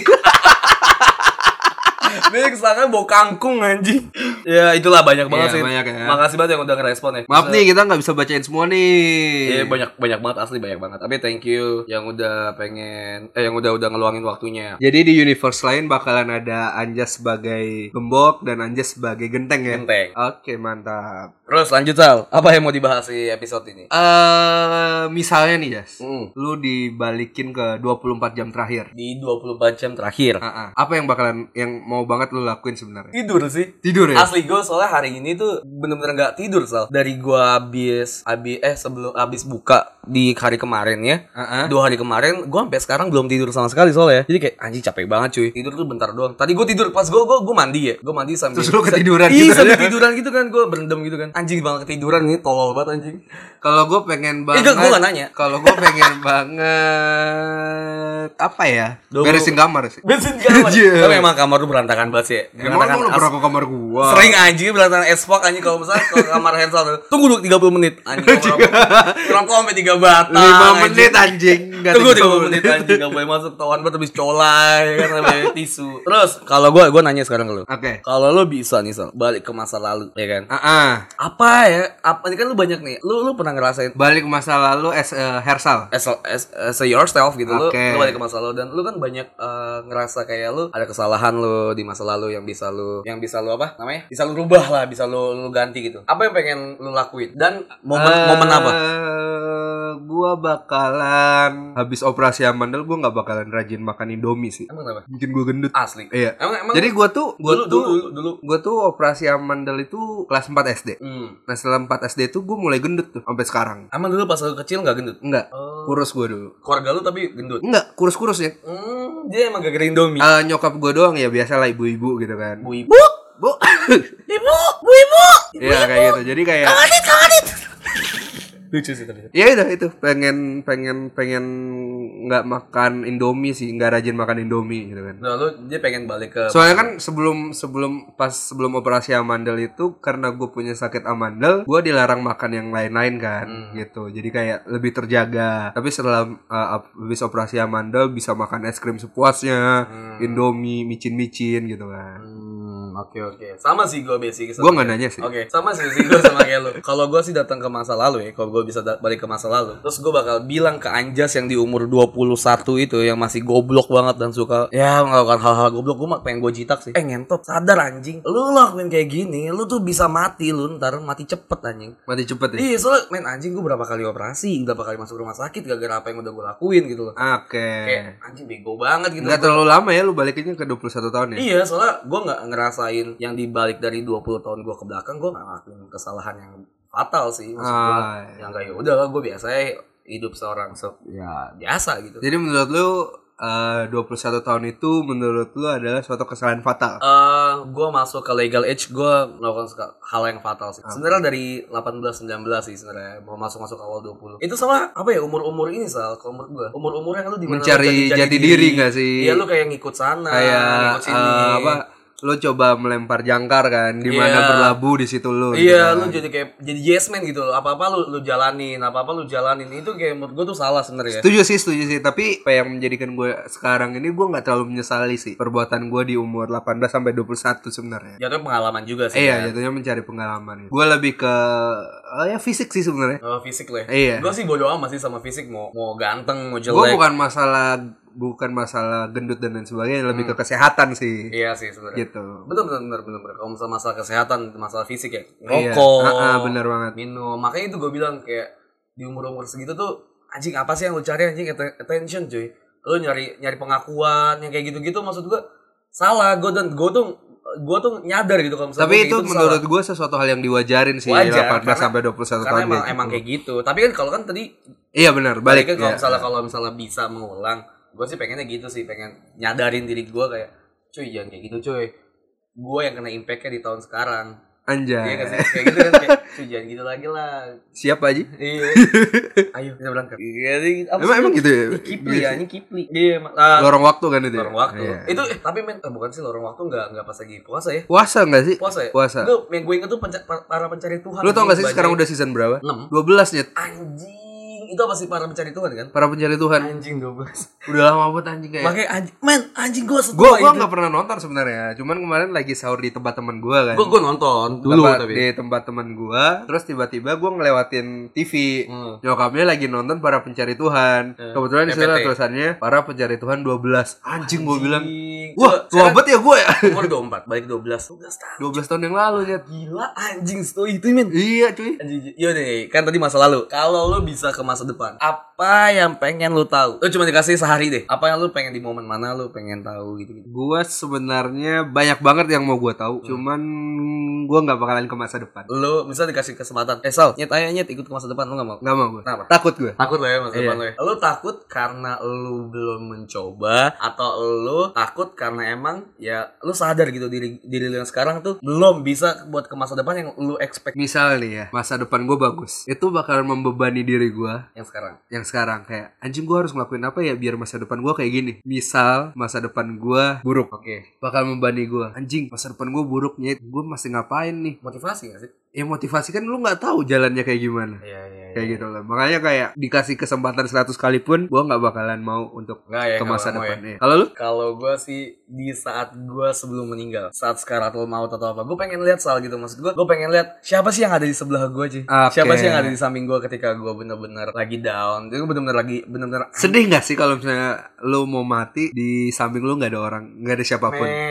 Ini kesana bau kangkung anjing. Ya itulah banyak banget Iya, sih. banyak ya. Makasih banget yang udah ngerespon ya. Maaf Bisa- nih kita nggak bisa bacain semua nih. Iya banyak banyak banget asli banyak banget. Tapi thank you yang udah pengen eh yang udah udah ngeluangin waktunya. Jadi di universe lain bakalan ada Anjas sebagai gembok dan Anjas sebagai genteng ya. Genteng. Oke mantap. Terus lanjut Sal. Apa yang mau dibahas di episode ini? Eh misalnya nih Jas, Hmm. lu dibalikin ke dua puluh empat jam terakhir. Di dua puluh empat jam terakhir. Ah, ah. Apa yang bakalan yang mau banget lu lakuin sebenarnya? Tidur sih. Tidur ya? Asli gue soalnya hari ini tuh bener-bener gak tidur Sal. Dari gue abis abis eh sebelum abis buka di hari kemarin ya. Ah, ah. Dua hari kemarin gue sampai sekarang belum tidur sama sekali soalnya. Jadi kayak anjing capek banget cuy. Tidur tuh bentar doang. Tadi gue tidur pas gue gue gue mandi ya. Gue mandi sambil Terus lu ketiduran Iya, gitu sambil aja. tiduran gitu kan. Gue berendam gitu kan. Anjing banget ketiduran ini tolol banget anjing. Kalau gue pengen banget. enggak, gua nggak nanya. Kalau gue pengen banget apa ya? Dua puluh- Beresin kamar sih. Bensin kamar. Iya. Tapi emang kamar lu berantakan banget sih. Emang Berantakan lu as- pernah ke kamar gua? Sering anjing berantakan es fuck anjing kalau misalnya ke kamar Hensal tuh. Tunggu dulu tiga puluh menit anjing. Ngerokok sampai tiga batang. lima anjing. menit anjing. Nggak Tunggu tiga tiga puluh puluh menit anjing gak boleh masuk tawan banget habis colai kan sampai tisu. Terus kalau gua gua nanya sekarang ke lu. Oke. Kalau lu bisa nih Sal, balik ke masa lalu ya kan. Ah, ah. Apa ya? Apa ini kan lu banyak nih. Lu lu pernah ngerasain Balik ke masa lalu as a Hersal. as, as, as a yourself gitu. Lu, Oke. lu balik ke masa lalu dan lu kan banyak eh, ngerasa kayak lu ada kesalahan lu di masa masa lalu yang bisa lu yang bisa lu apa namanya? Bisa lu rubah lah, bisa lu lu ganti gitu. Apa yang pengen lu lakuin? Dan momen uh, momen apa? Gua bakalan habis operasi amandel gua nggak bakalan rajin makan Indomie sih. Emang kenapa? Bikin gua gendut. Asli. Iya. Emang emang. Jadi gua tuh gua dulu, tuh dulu dulu dulu. Gua tuh operasi amandel itu kelas empat S D. Hmm. Nah, setelah empat S D itu gua mulai gendut tuh sampai sekarang. Emang dulu pas lu kecil nggak gendut? Enggak. Oh. Kurus gua dulu. Keluarga lu tapi gendut. Enggak, kurus-kurus ya. Hmm, dia emang gak gara Indomie. Uh, nyokap gua doang ya, biasalah ibu-ibu gitu kan. Bu ibu. Bu. Ibu, bu ibu. Iya kayak gitu. Jadi kayak Kaget, kaget. Lucu sih tadi. ya itu itu pengen pengen pengen nggak makan Indomie sih, nggak rajin makan Indomie gitu kan. Nah, lu dia pengen balik ke Soalnya kan sebelum sebelum pas sebelum operasi amandel itu karena gue punya sakit amandel, gue dilarang makan yang lain-lain kan, Hmm. gitu. Jadi kayak lebih terjaga. Tapi setelah uh, habis operasi amandel bisa makan es krim sepuasnya, Hmm. Indomie, micin-micin gitu kan. Hmm, oke oke. Sama sih gue basic. Gue nggak nanya sih. Oke, sama sih sih gue sama kayak lu. Kalau gue sih datang ke masa lalu ya, kalau gue bisa da- balik ke masa lalu. Terus gue bakal bilang ke Anjas yang di umur dua puluh satu itu yang masih goblok banget dan suka ya melakukan hal-hal goblok. Gue mah pengen gue jitak sih. Eh ngentot, sadar anjing. Lu lakuin kayak gini, lu tuh bisa mati lu ntar mati cepet anjing. Mati cepet ya. Iya, soalnya men anjing gue berapa kali operasi, berapa kali masuk rumah sakit gara-gara apa yang udah gue lakuin gitu loh. Oke. Kayak anjing bego banget gitu. Nggak terlalu lama ya lu balikinnya ke dua puluh satu tahun ya? Iya, soalnya gue nggak ngerasain yang dibalik dari dua puluh tahun gue ke belakang, gue nggak ngelakuin kesalahan yang fatal sih. Maksud gue Ah, iya. yang kayak ya udah lah, gue biasa hidup seorang se ya biasa gitu. Jadi menurut lu uh, dua puluh satu tahun itu menurut lu adalah suatu kesalahan fatal? Eh, gue masuk ke legal age, gue melakukan suka- hal yang fatal sih. Sebenarnya dari delapan belas sembilan belas sih sebenarnya mau masuk masuk awal dua puluh. Itu sama apa ya umur umur ini Sal, kalau umur gue umur umur yang lu di mana lu Mencari jati diri nggak sih? Iya, lu kayak ngikut sana, Kayak ngikut sini. uh, apa? Lu coba melempar jangkar kan, di mana Iya. berlabuh di situ lu. Iya, gitu lu kan. jadi kayak jadi yes man gitu loh. Apa-apa lu lu jalanin, apa-apa lu jalanin. Itu kayak menurut gue tuh salah sebenarnya. Setuju sih, setuju sih. Tapi apa yang menjadikan gue sekarang ini gue nggak terlalu menyesali sih perbuatan gue di umur delapan belas sampai dua puluh satu sebenarnya. Jatuhnya pengalaman juga sih. Eh, iya, kan? jatuhnya mencari pengalaman. Gue lebih ke uh, ya fisik sih sebenarnya. Oh, fisik lah. Iya. Gue sih bodo amat sih sama fisik, mau mau ganteng, mau Gue jelek. bukan masalah bukan masalah gendut dan lain sebagainya, lebih ke kesehatan sih. Iya sih sebenarnya. Gitu. Bener bener bener bener. bener. Kalau misalnya masalah kesehatan, masalah fisik ya, Iya. rokok, Ah, ah, bener banget. minum. Makanya itu gue bilang kayak di umur umur segitu tuh anjing apa sih yang lu cari anjing Att- attention cuy. Lu nyari nyari pengakuan yang kayak gitu-gitu maksud gue salah. Gue dan gue tuh gue tuh nyadar gitu kalau misalnya Tapi gua itu kayak gitu menurut salah. gue sesuatu hal yang diwajarin sih. Wajar, delapan belas karena- sampai dua puluh satu Karena tahun emang kayak emang gitu. kayak gitu. Tapi kan kalau kan tadi Iya benar, balik kan kalau ya. misalnya kalau misalnya bisa mengulang, gue sih pengennya gitu sih, pengen nyadarin diri gue kayak, cuy jangan kayak gitu cuy, gue yang kena impactnya di tahun sekarang. Anjay. Iya kan sih, kayak gitu kan kayak, cuy jangan gitu lagi lah. Siapa aja? Iya. Ayo kita berangkat. Iya sih. apa Emang sih? emang gitu ya? Ih, Kipli ya, ini Kipli. Iya, ma- ah, Lorong waktu kan itu. ya? lorong waktu. Iya. Itu eh, tapi men, eh, bukan sih lorong waktu nggak nggak pas lagi puasa ya? Puasa enggak sih? Puasa ya? Puasa. Gue yang gue inget tuh penca- pa- para pencari Tuhan. Lu tau gak sih Banyak. sekarang udah season berapa? enam. dua belas nyet. Anjing, itu apa sih para pencari Tuhan kan? Para pencari Tuhan. Anjing dua belas. Udah lama banget anjing kayak. Makanya anjing, men, anjing gue setua Gue gua itu. nggak pernah nonton sebenarnya. Cuman kemarin lagi sahur di tempat teman gue kan. Gue gue nonton dulu Tempat- tapi. di tempat teman gue. Terus tiba-tiba gue ngelewatin T V. Hmm. Nyokapnya lagi nonton Para Pencari Tuhan. Eh, Kebetulan di sana P P T. tulisannya Para Pencari Tuhan dua belas. Anjing gue bilang, Anjing. wah, Coba, tua sekarang banget ya gue ya. umur dua puluh empat, balik dua belas. dua belas tahun. dua belas tahun yang lalu nyet. Gila anjing setua itu men. Iya cuy. Anjing, iya deh, kan tadi masa lalu. Kalau lu bisa ke masa depan, apa yang pengen lu tahu? Lu cuma dikasih sehari deh. Apa yang lu pengen di momen mana lu pengen tahu gitu gitu. Gue sebenarnya banyak banget yang mau gue tahu. Hmm. Cuman gue nggak bakalan ke masa depan. Lu misal dikasih kesempatan, eh Sal, nyet ayo nyet ikut ke masa depan, lu gak mau? Nggak mau gue. Kenapa? Takut gue. Takut lah ya masa Iya. depan lu ya. Lu takut karena lu belum mencoba, atau lu takut karena emang ya lu sadar gitu diri diri lu yang sekarang tuh belum bisa buat ke masa depan yang lu expect Misal nih ya, masa depan gue bagus. Itu bakalan membebani diri gue yang sekarang. yang sekarang. Kayak, anjing gue harus ngelakuin apa ya biar masa depan gue kayak gini. Misal, masa depan gue buruk. Oke. Bakal membebani gue. Anjing, masa depan gue buruk nyet. Gue masih ngapain nih? Motivasi gak sih? Ya motivasi kan lu nggak tahu jalannya kayak gimana. Iya iya. Kayak gitu loh. Makanya kayak dikasih kesempatan seratus kali pun gue nggak bakalan mau untuk Nggak ya, ke nggak masa mau depan. ya. Iya. Kalau lu? Kalau gue sih di saat gue sebelum meninggal, saat sekaratul maut atau apa, gue pengen lihat Sal gitu. Maksud gue, gue pengen lihat siapa sih yang ada di sebelah gue cuy. Oke. Siapa sih yang ada di samping gue ketika gue bener-bener lagi down. Jadi gue bener-bener lagi bener-bener Sedih nggak sih kalau misalnya lu mau mati di samping lu nggak ada orang, nggak ada siapapun? men,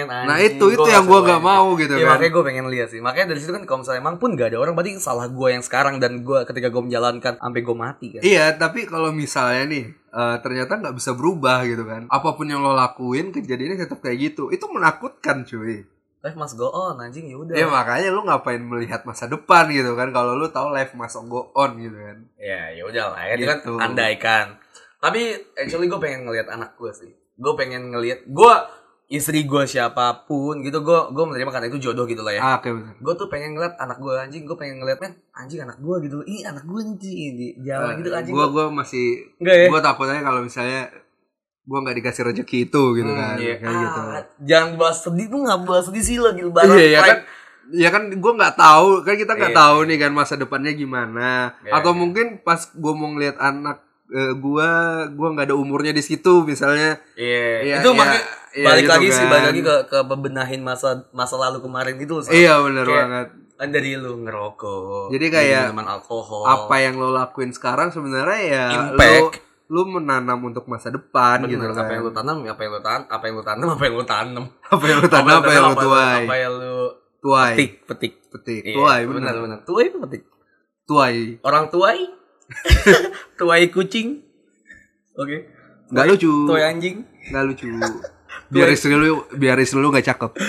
anjing. Nah itu itu yang gue gak mau gitu ya, kan. Makanya gue pengen lihat sih. Makanya dari situ kan kalau misalnya emang pun gak ada orang, berarti salah gue yang sekarang dan gue ketika gue menjalankan sampai gue mati kan. Iya, tapi kalau misalnya nih uh, ternyata nggak bisa berubah gitu kan. Apapun yang lo lakuin kejadiannya tetap kayak gitu. Itu menakutkan cuy. Life must go on anjing, ya udah. Ya makanya lu ngapain melihat masa depan gitu kan kalau lu tahu life must go on gitu kan. Ya ya udah lah ya, itu Gitu. kan andaikan. Tapi actually gue pengen ngelihat anak gue sih. Gue pengen ngelihat gue istri gue siapapun gitu, gue gue menerima karena itu jodoh gitu lah ya. Ah, oke benar. Gue tuh pengen ngeliat anak gue anjing, gue pengen ngeliat men anjing anak gue gitu. Ih anak gue anjing di jalan gitu anjing. Gue gue masih enggak ya? Gue takutnya kalau misalnya gue nggak dikasih rezeki itu gitu Hmm, kan, iya. kayak Ah, gitu. Jangan bahas sedih tuh, nggak bahas sedih sih lo gitu barang. Iya ya kan, ya kan gue nggak tahu kan kita nggak Iya. tahu nih kan masa depannya gimana. Iya, Atau iya. mungkin pas gue mau ngeliat anak uh, gue, gue nggak ada umurnya di situ misalnya. Iya. Iya, Itu iya, makanya iya balik gitu lagi sih, kan. balik lagi ke ke bebenahin masa masa lalu kemarin gitu. So. Iya benar Kayak, banget. kan dari lu ngerokok, Jadi kayak minuman alkohol, apa yang lo lakuin sekarang sebenarnya ya Impact. lu lu menanam untuk masa depan. bener, gitu kan. apa yang lu tanam, apa yang lu tanam, apa yang lu tanam, apa yang lu tanam, Apa yang lu tanam, apa yang lu tuai. apa yang lu Tuai. petik, petik, Petik. Iya, Tuai benar, benar. benar. Tuai itu petik. Tuai. Orang tuai, tuai kucing, oke, Nggak lucu. tuai anjing. Nggak lucu. Biar istri lu biar istri lu nggak cakep.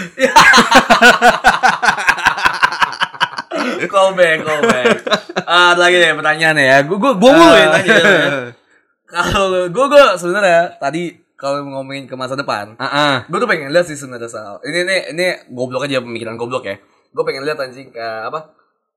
Call back, call back. Ah, lagi deh pertanyaannya ya. Gue gue gue mulu ya tanya. Kalau gue gue sebenarnya tadi kalau ngomongin ke masa depan, Ah, ah. gue tuh pengen lihat sih sebenarnya soal ini nih ini goblok aja, pemikiran goblok ya. Gue pengen lihat anjing kayak apa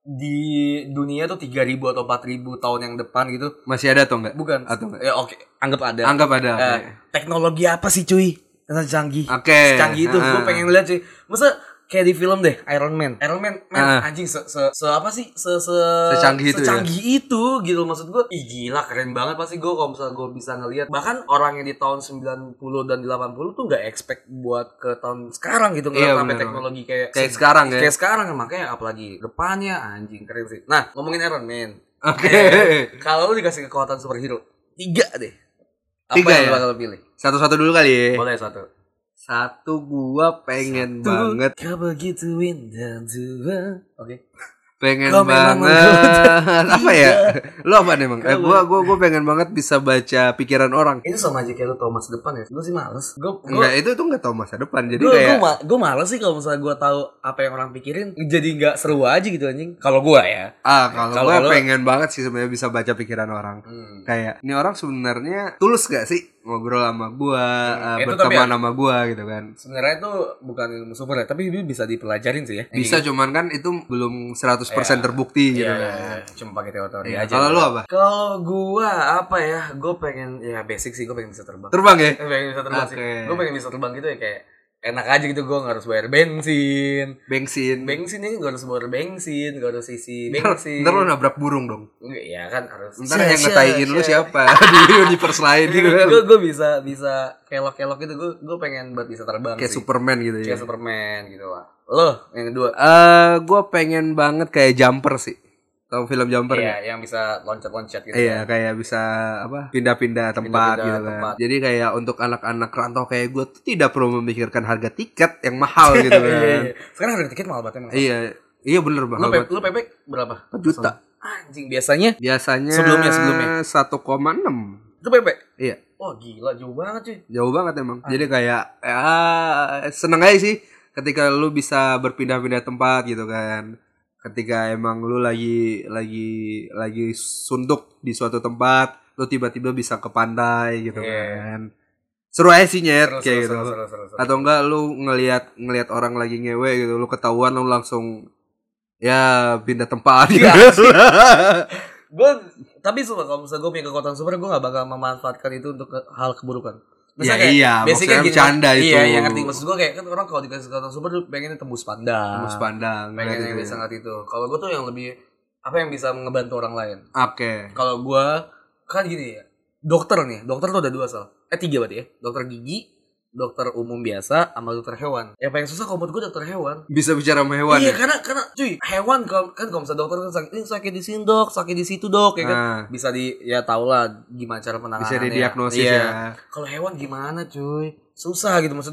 di dunia tuh tiga ribu atau empat ribu tahun yang depan gitu. Masih ada atau enggak? Bukan. Atau enggak? Ya oke, anggap ada. Anggap ada. Eh, Oke. teknologi apa sih cuy? Yang canggih. Oke. Secanggih itu. Gue Ah. pengen lihat sih. Masa kayak di film deh, Iron Man. Iron Man, man Ah. anjing se, se, se apa sih? Se, se Secanggih itu ya? secanggih itu gitu maksud gue. Ih gila, keren banget pasti gue kalau misalnya gue bisa ngelihat. Bahkan orang yang di tahun sembilan puluh dan delapan puluh tuh nggak expect buat ke tahun sekarang gitu, ngeliat Iya, sampai bener. teknologi kayak Kayak sekarang ya. Kayak sekarang makanya apalagi depannya anjing keren sih. Nah, ngomongin Iron Man. Oke. Eh, kalau lu dikasih kekuatan superhero, tiga deh. Apa Tiga yang lu ya? bakal pilih? Satu-satu dulu kali ya. Boleh satu. Satu gua pengen banget. Kau begitu indah tua. Oke. Pengen Kau memang banget. Apa ya? Lu apa nih, Bang? Eh, Kau- gua gua gua pengen banget bisa baca pikiran orang. Itu sama aja kayak lu tau masa depan ya. Gue sih males. Gue Enggak, itu tuh enggak tahu masa depan. Jadi gue kayak ma- gue males sih kalau misalnya gue tahu apa yang orang pikirin. Jadi nggak seru aja gitu anjing. Kalau gue ya. ah, kalau Kalau gua lu- pengen banget sih sebenarnya bisa baca pikiran orang. Hmm. Kayak ini orang sebenarnya tulus gak sih ngobrol sama gua, Hmm, eh, itu tapi berteman ya- sama gua gitu kan. Sebenarnya itu bukan ilmu super ya, tapi itu bisa dipelajarin sih ya. Bisa, cuman kan itu belum seratus persen Iya. terbukti gitu Iya, iya, kan. iya. Cuma pakai teori Iya. aja. Kalau lu apa? Kalau gua apa ya? Gue pengen ya basic sih, gue pengen bisa terbang. Terbang ya? Eh, pengen bisa terbang sih. Oke. Gue pengen bisa terbang gitu ya kayak enak aja gitu, gue nggak harus bayar bensin. Bensin. Bensin ini gue harus bayar bensin, gue harus isi Ntar, bensin. ntar lu nabrak burung dong. Enggak ya kan harus. Ntar yang ngetain lu siapa di universe lain gitu kan. Gue gue bisa bisa kelok-kelok gitu. Gue gue pengen buat bisa terbang Kayak sih. Superman gitu ya. Kayak Superman gitu lah. Lo yang kedua. Eh, gua pengen banget kayak Jumper sih. Tahu film Jumper Iya, nggak? yang bisa loncat-loncat gitu. Iya, kan. kayak bisa apa? Pindah-pindah tempat Pindah-pindah gitu kan. tempat. Jadi kayak untuk anak-anak rantau kayak gue tuh tidak perlu memikirkan harga tiket yang mahal gitu Iya, iya. kan. Sekarang harga tiket mahal banget emang. Iya, iya bener Lu banget. pe- lu P P berapa? empat juta. Anjing biasanya Biasanya Sebelumnya, sebelumnya. satu koma enam. itu P P. Iya, Wah gila jauh banget cuy. jauh banget emang. Ah. Jadi kayak ya seneng aja sih ketika lu bisa berpindah-pindah tempat gitu kan. Ketika emang lu lagi lagi lagi suntuk di suatu tempat, lu tiba-tiba bisa ke pantai gitu Iya. kan. Seru aja sih nyet Seru, kayak seru, gitu. seru, seru, seru, seru. Atau enggak lu ngelihat ngelihat orang lagi ngewe gitu, lu ketahuan lu langsung ya pindah tempat gitu. Iya, Gue tapi sumpah kalau misalnya gue punya kekuatan super, gue gak bakal memanfaatkan itu untuk ke- hal keburukan. Ya iya, maksudnya bercanda itu. Iya, yang ngerti maksud gue kayak kan orang kalau dikasih kekuatan super tuh pengen tembus pandang. Tembus pandang. Pengen gitu yang ya. bisa ngerti itu. Kalau gue tuh yang lebih apa yang bisa ngebantu orang lain. Oke. Kalau gue kan gini ya, dokter nih, dokter tuh ada dua soal. Eh tiga berarti ya, dokter gigi, dokter umum biasa, sama dokter hewan. Yang paling susah kalau menurut gue dokter hewan. Bisa bicara sama hewan. Iya ya? karena karena cuy hewan kalau kan kalau misalnya dokter kan sakit, ini sakit di sini dok, sakit di situ dok, ya kan Nah. bisa di ya tau lah gimana cara penanganannya. Bisa didiagnosis Iya. ya. Kalau hewan gimana cuy, susah gitu maksud gua.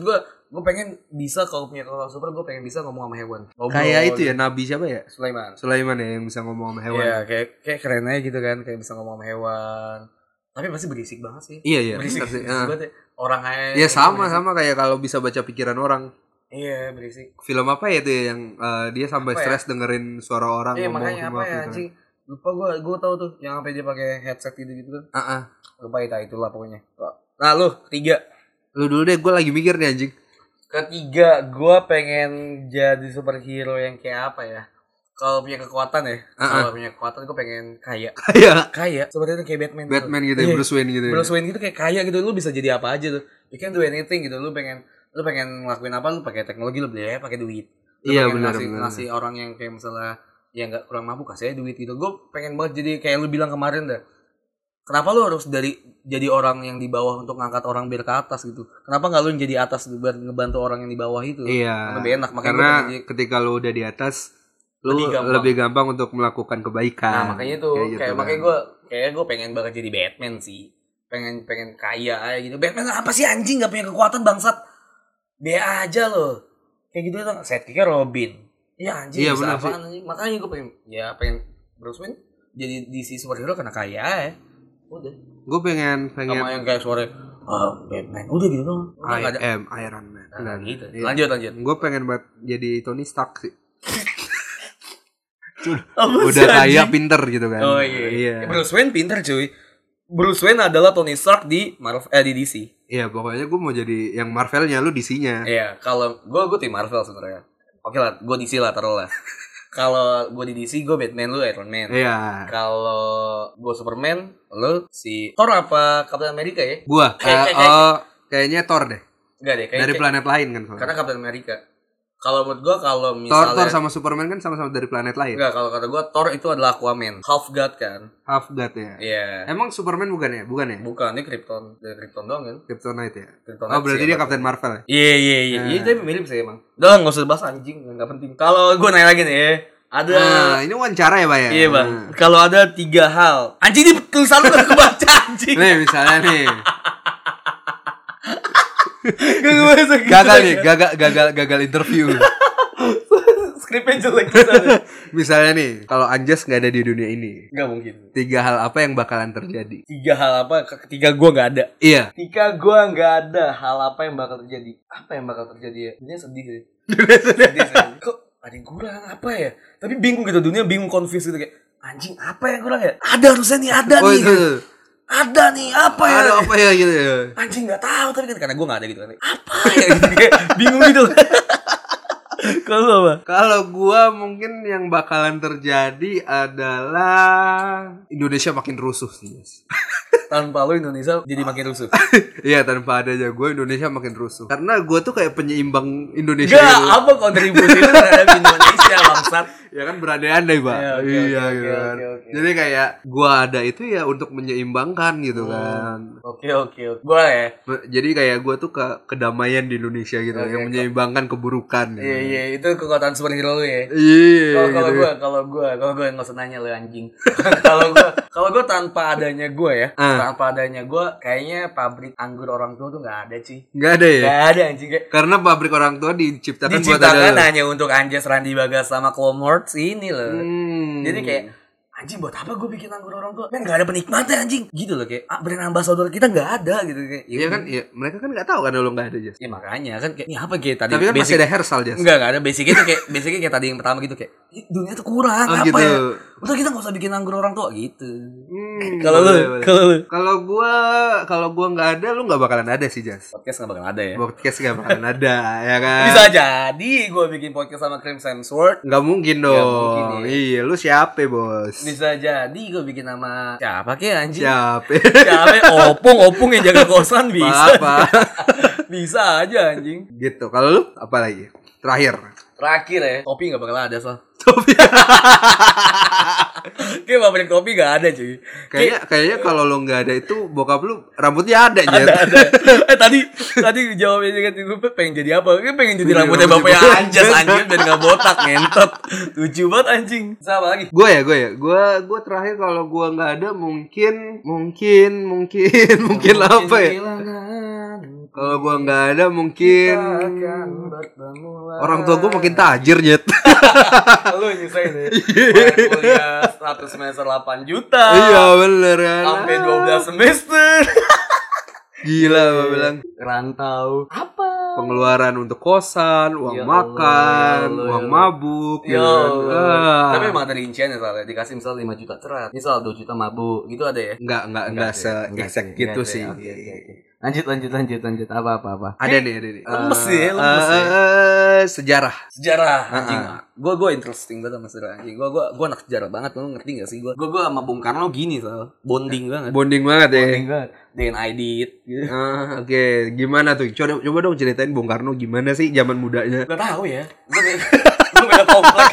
Gue pengen bisa kalau punya kekuatan super, gue pengen bisa ngomong sama hewan. Ngobrol, Kayak itu ya Nabi siapa ya? Sulaiman. Sulaiman ya yang bisa ngomong sama hewan. Iya, kayak kayak keren aja gitu kan, kayak bisa ngomong sama hewan. Tapi pasti berisik banget sih. Iya iya. Berisik, Berisik, berisik banget ya. Orang aja. Iya sama berisik. Sama kayak kalau bisa baca pikiran orang. Iya berisik. Film apa ya itu ya yang uh, dia sampai stres ya? Dengerin suara orang iya, ngomong. Iya makanya apa ya gitu. Anjing. Lupa gue, gue tahu tuh yang sampai dia pakai headset gitu gitu kan. Ah uh uh. Lupa itu itulah pokoknya. Nah lu tiga. Lu dulu deh, gue lagi mikir nih anjing. Ketiga, gue pengen jadi superhero yang kayak apa ya? Kalau punya kekuatan ya, uh-uh. kalau punya kekuatan gue pengen kaya. Kaya? Kaya, seperti itu kayak Batman. Batman gitu, gitu ya, Bruce Wayne gitu. Bruce Wayne gitu kayak kaya gitu, lu bisa jadi apa aja tuh. You can do anything gitu, lu pengen lu pengen ngelakuin apa, lu pakai teknologi, lu beli aja pakai duit. Lu iya benar ngasih, benar. ngasih orang yang kayak misalnya yang nggak kurang mampu kasih aja duit gitu. Gue pengen banget jadi kayak lu bilang kemarin dah. Kenapa lu harus dari jadi orang yang di bawah untuk ngangkat orang biar ke atas gitu? Kenapa nggak lu yang jadi atas biar ngebantu orang yang di bawah itu? Iya. Lebih enak. Makanya karena jadi, ketika lu udah di atas, lu lebih gampang, lebih gampang untuk melakukan kebaikan. Nah makanya itu kayak, gitu kayak kan. Makanya gue kayak gue pengen banget jadi Batman sih. Pengen pengen kaya aja gitu. Batman apa sih anjing nggak punya kekuatan bangsat? Be aja loh. Kayak gitu tuh. Saya pikir Robin. Ya anjing iya, bisa apaan anjing. Makanya gue pengen ya pengen Bruce Wayne jadi D C superhero karena kaya ya. Udah. Gue pengen pengen sama yang kayak suara oh, Batman. Udah gitu dong. I ada. am Iron Man. Nah, gitu. Iya. Lanjut lanjut. Gue pengen banget jadi Tony Stark sih. Udah kaya pinter gitu kan. Oh iya. iya. Bruce Wayne pinter cuy. Bruce Wayne adalah Tony Stark di Marvel eh di D C. Iya, pokoknya gue mau jadi yang Marvelnya, lu D C-nya. Iya, kalau gue gue tim Marvel sebenarnya. Oke lah, gue D C lah taruh lah. Kalau gue di D C, gue Batman, lu Iron Man. Iya. Kalau gue Superman, lu si Thor apa Captain America ya? Gua. Kayak, uh, kayak, oh, kayaknya Thor deh. Enggak deh, kayak dari kayak, planet lain kan. Karena Captain America. Kalau menurut gue kalau misalnya Thor, Thor sama Superman kan sama-sama dari planet lain. Enggak, kalau kata gue Thor itu adalah Aquaman, half god kan. Half god ya. Iya. Yeah. Emang Superman bukan ya? Bukan ya? Bukan, ini Krypton, dari Krypton doang kan. Kryptonite ya. Kryptonite oh, berarti dia Captain Marvel ya? Iya, iya, iya. Iya, tapi mirip sih emang. Udah enggak usah bahas anjing, enggak penting. Kalau gue nanya lagi nih ya. Ada nah, ini wawancara ya, Pak ya? Iya, Bang. Nah. Kalau ada tiga hal. Anjing ini tulisan lu gak kebaca anjing. Nih, misalnya nih. gagal nih, gagal gagal gagal interview. Skripnya jelek misalnya. Misalnya nih, kalau Anjas nggak ada di dunia ini, nggak mungkin. Tiga hal apa yang bakalan terjadi? Tiga hal apa? Ketika gue nggak ada. Iya. Ketika gue nggak ada, hal apa yang bakal terjadi? Apa yang bakal terjadi ya? Dunia sedih sih. sedih sih. Kok ada yang kurang apa ya? Tapi bingung gitu, dunia bingung, confused gitu kayak anjing apa yang kurang ya? Ada harusnya nih, ada oh, nih. Itu. Ada nih, apa ya? Ada apa ya gitu ya? Anjing nggak tahu, tapi kan karena gue nggak ada gitu kan. Apa ya? Gitu, kayak bingung gitu. Kalau apa? Kalau gua mungkin yang bakalan terjadi adalah Indonesia makin rusuh sih, yes. Tanpa lo Indonesia jadi makin rusuh. Iya, tanpa adanya gue Indonesia makin rusuh. Karena gue tuh kayak penyeimbang Indonesia. Gak, gitu. Apa kontribusi lu terhadap Indonesia bangsat? Ya kan berandai-andai, Pak. Ya, okay, iya okay, gitu okay, kan. Okay, okay. Jadi kayak gue ada itu ya untuk menyeimbangkan gitu hmm. kan. Oke okay, oke. Okay. Gue ya. Jadi kayak gue tuh ke kedamaian di Indonesia gitu, okay, yang menyeimbangkan keburukan. Iya gitu. Iya, itu kekuatan superhero lu ya. Iya. Kalau kalau gue, kalau gue, kalau gue nggak usah nanya lu anjing. Kalau gue, kalau gue tanpa adanya gue ya, uh. tanpa adanya gue, kayaknya pabrik anggur orang tua tuh nggak ada sih. Nggak ada ya? Nggak ada anjing. Karena pabrik orang tua diciptakan, diciptakan buat ada hanya untuk Anjas, Randi Bagas sama Clomort ini loh. Hmm. Jadi kayak anjing buat apa gue bikin anggur orang tua? Men gak ada penikmatnya anjing. Gitu loh kayak ah, brand ambassador kita gak ada gitu kayak. Iya kan, iya mereka kan gak tahu kan kalau gak ada Jas. Ya makanya kan kayak ini apa kayak tadi. Tapi kan basic, masih ada Hersal Jas. Enggak, gak ada basic itu kayak basicnya kayak tadi yang pertama gitu kayak dunia tuh kurang oh, apa gitu. Ya. Udah kita gak usah bikin anggur orang tua gitu. Hmm, kalau lu, kalau lu. Kalau gua kalau gua enggak ada lu enggak bakalan ada sih Jas. Podcast gak bakalan ada ya. Podcast gak bakalan ada ya kan. Bisa jadi gua bikin podcast sama Chris Hemsworth. Enggak mungkin dong. Gak mungkin, ya. Iya, lu siapa, Bos? Bisa jadi gue bikin nama siapa kek anjing? Siapa? Siapa? Opung, Opung yang jaga kosan bisa. Apa? Bisa aja anjing. Gitu. Kalau lu apa lagi? Terakhir. Terakhir ya. Kopi enggak bakal ada soal. Kopi. Kayak pabrik kopi gak ada cuy. Kayaknya kayaknya kalau lo nggak ada itu bokap lu rambutnya ada aja. Ada, ada. Eh tadi tadi jawabnya kan gue pengen jadi apa? Gue pengen jadi rambutnya bapaknya Anjas anjing dan nggak botak ngentot. Lucu banget anjing. Siapa lagi? Gue ya gue ya. Gue gue terakhir kalau gue nggak ada mungkin mungkin mungkin mungkin apa ya? Kalau gua nggak ada mungkin orang tua gua makin tajir Jet. Lu nyusahin ya. Kuliah satu semester delapan juta. Iya bener kan. Sampai dua belas semester. Gila gua bilang. Rantau. Apa? Pengeluaran untuk kosan, uang Ya makan, Allah, uang ya mabuk, Ya gitu kan. Allah. Ah. Tapi emang ada rinciannya soalnya. Dikasih misal lima juta cerat. Misal dua juta mabuk. Gitu ada ya? Enggak, enggak, enggak sih, enggak se-exact sih, gitu enggak sih. Oke, oke, oke. Lanjut, lanjut, lanjut, lanjut. Apa, apa, apa? Ada nih, ada nih. Lemes Eh, sih, lemes eh, sih. eh, sejarah. Sejarah anjing. Uh-uh. Gue gue interesting banget sama sejarah anjing. Gue gue gue anak sejarah banget, lu ngerti gak sih gue? Gue gue sama Bung Karno gini soal bonding banget. Bonding banget ya. Bonding banget. Dan I did. Gitu. Ah, oke, gimana tuh? Coba coba dong ceritain Bung Karno gimana sih zaman mudanya. Gak tahu ya. Gue gue beda komplek.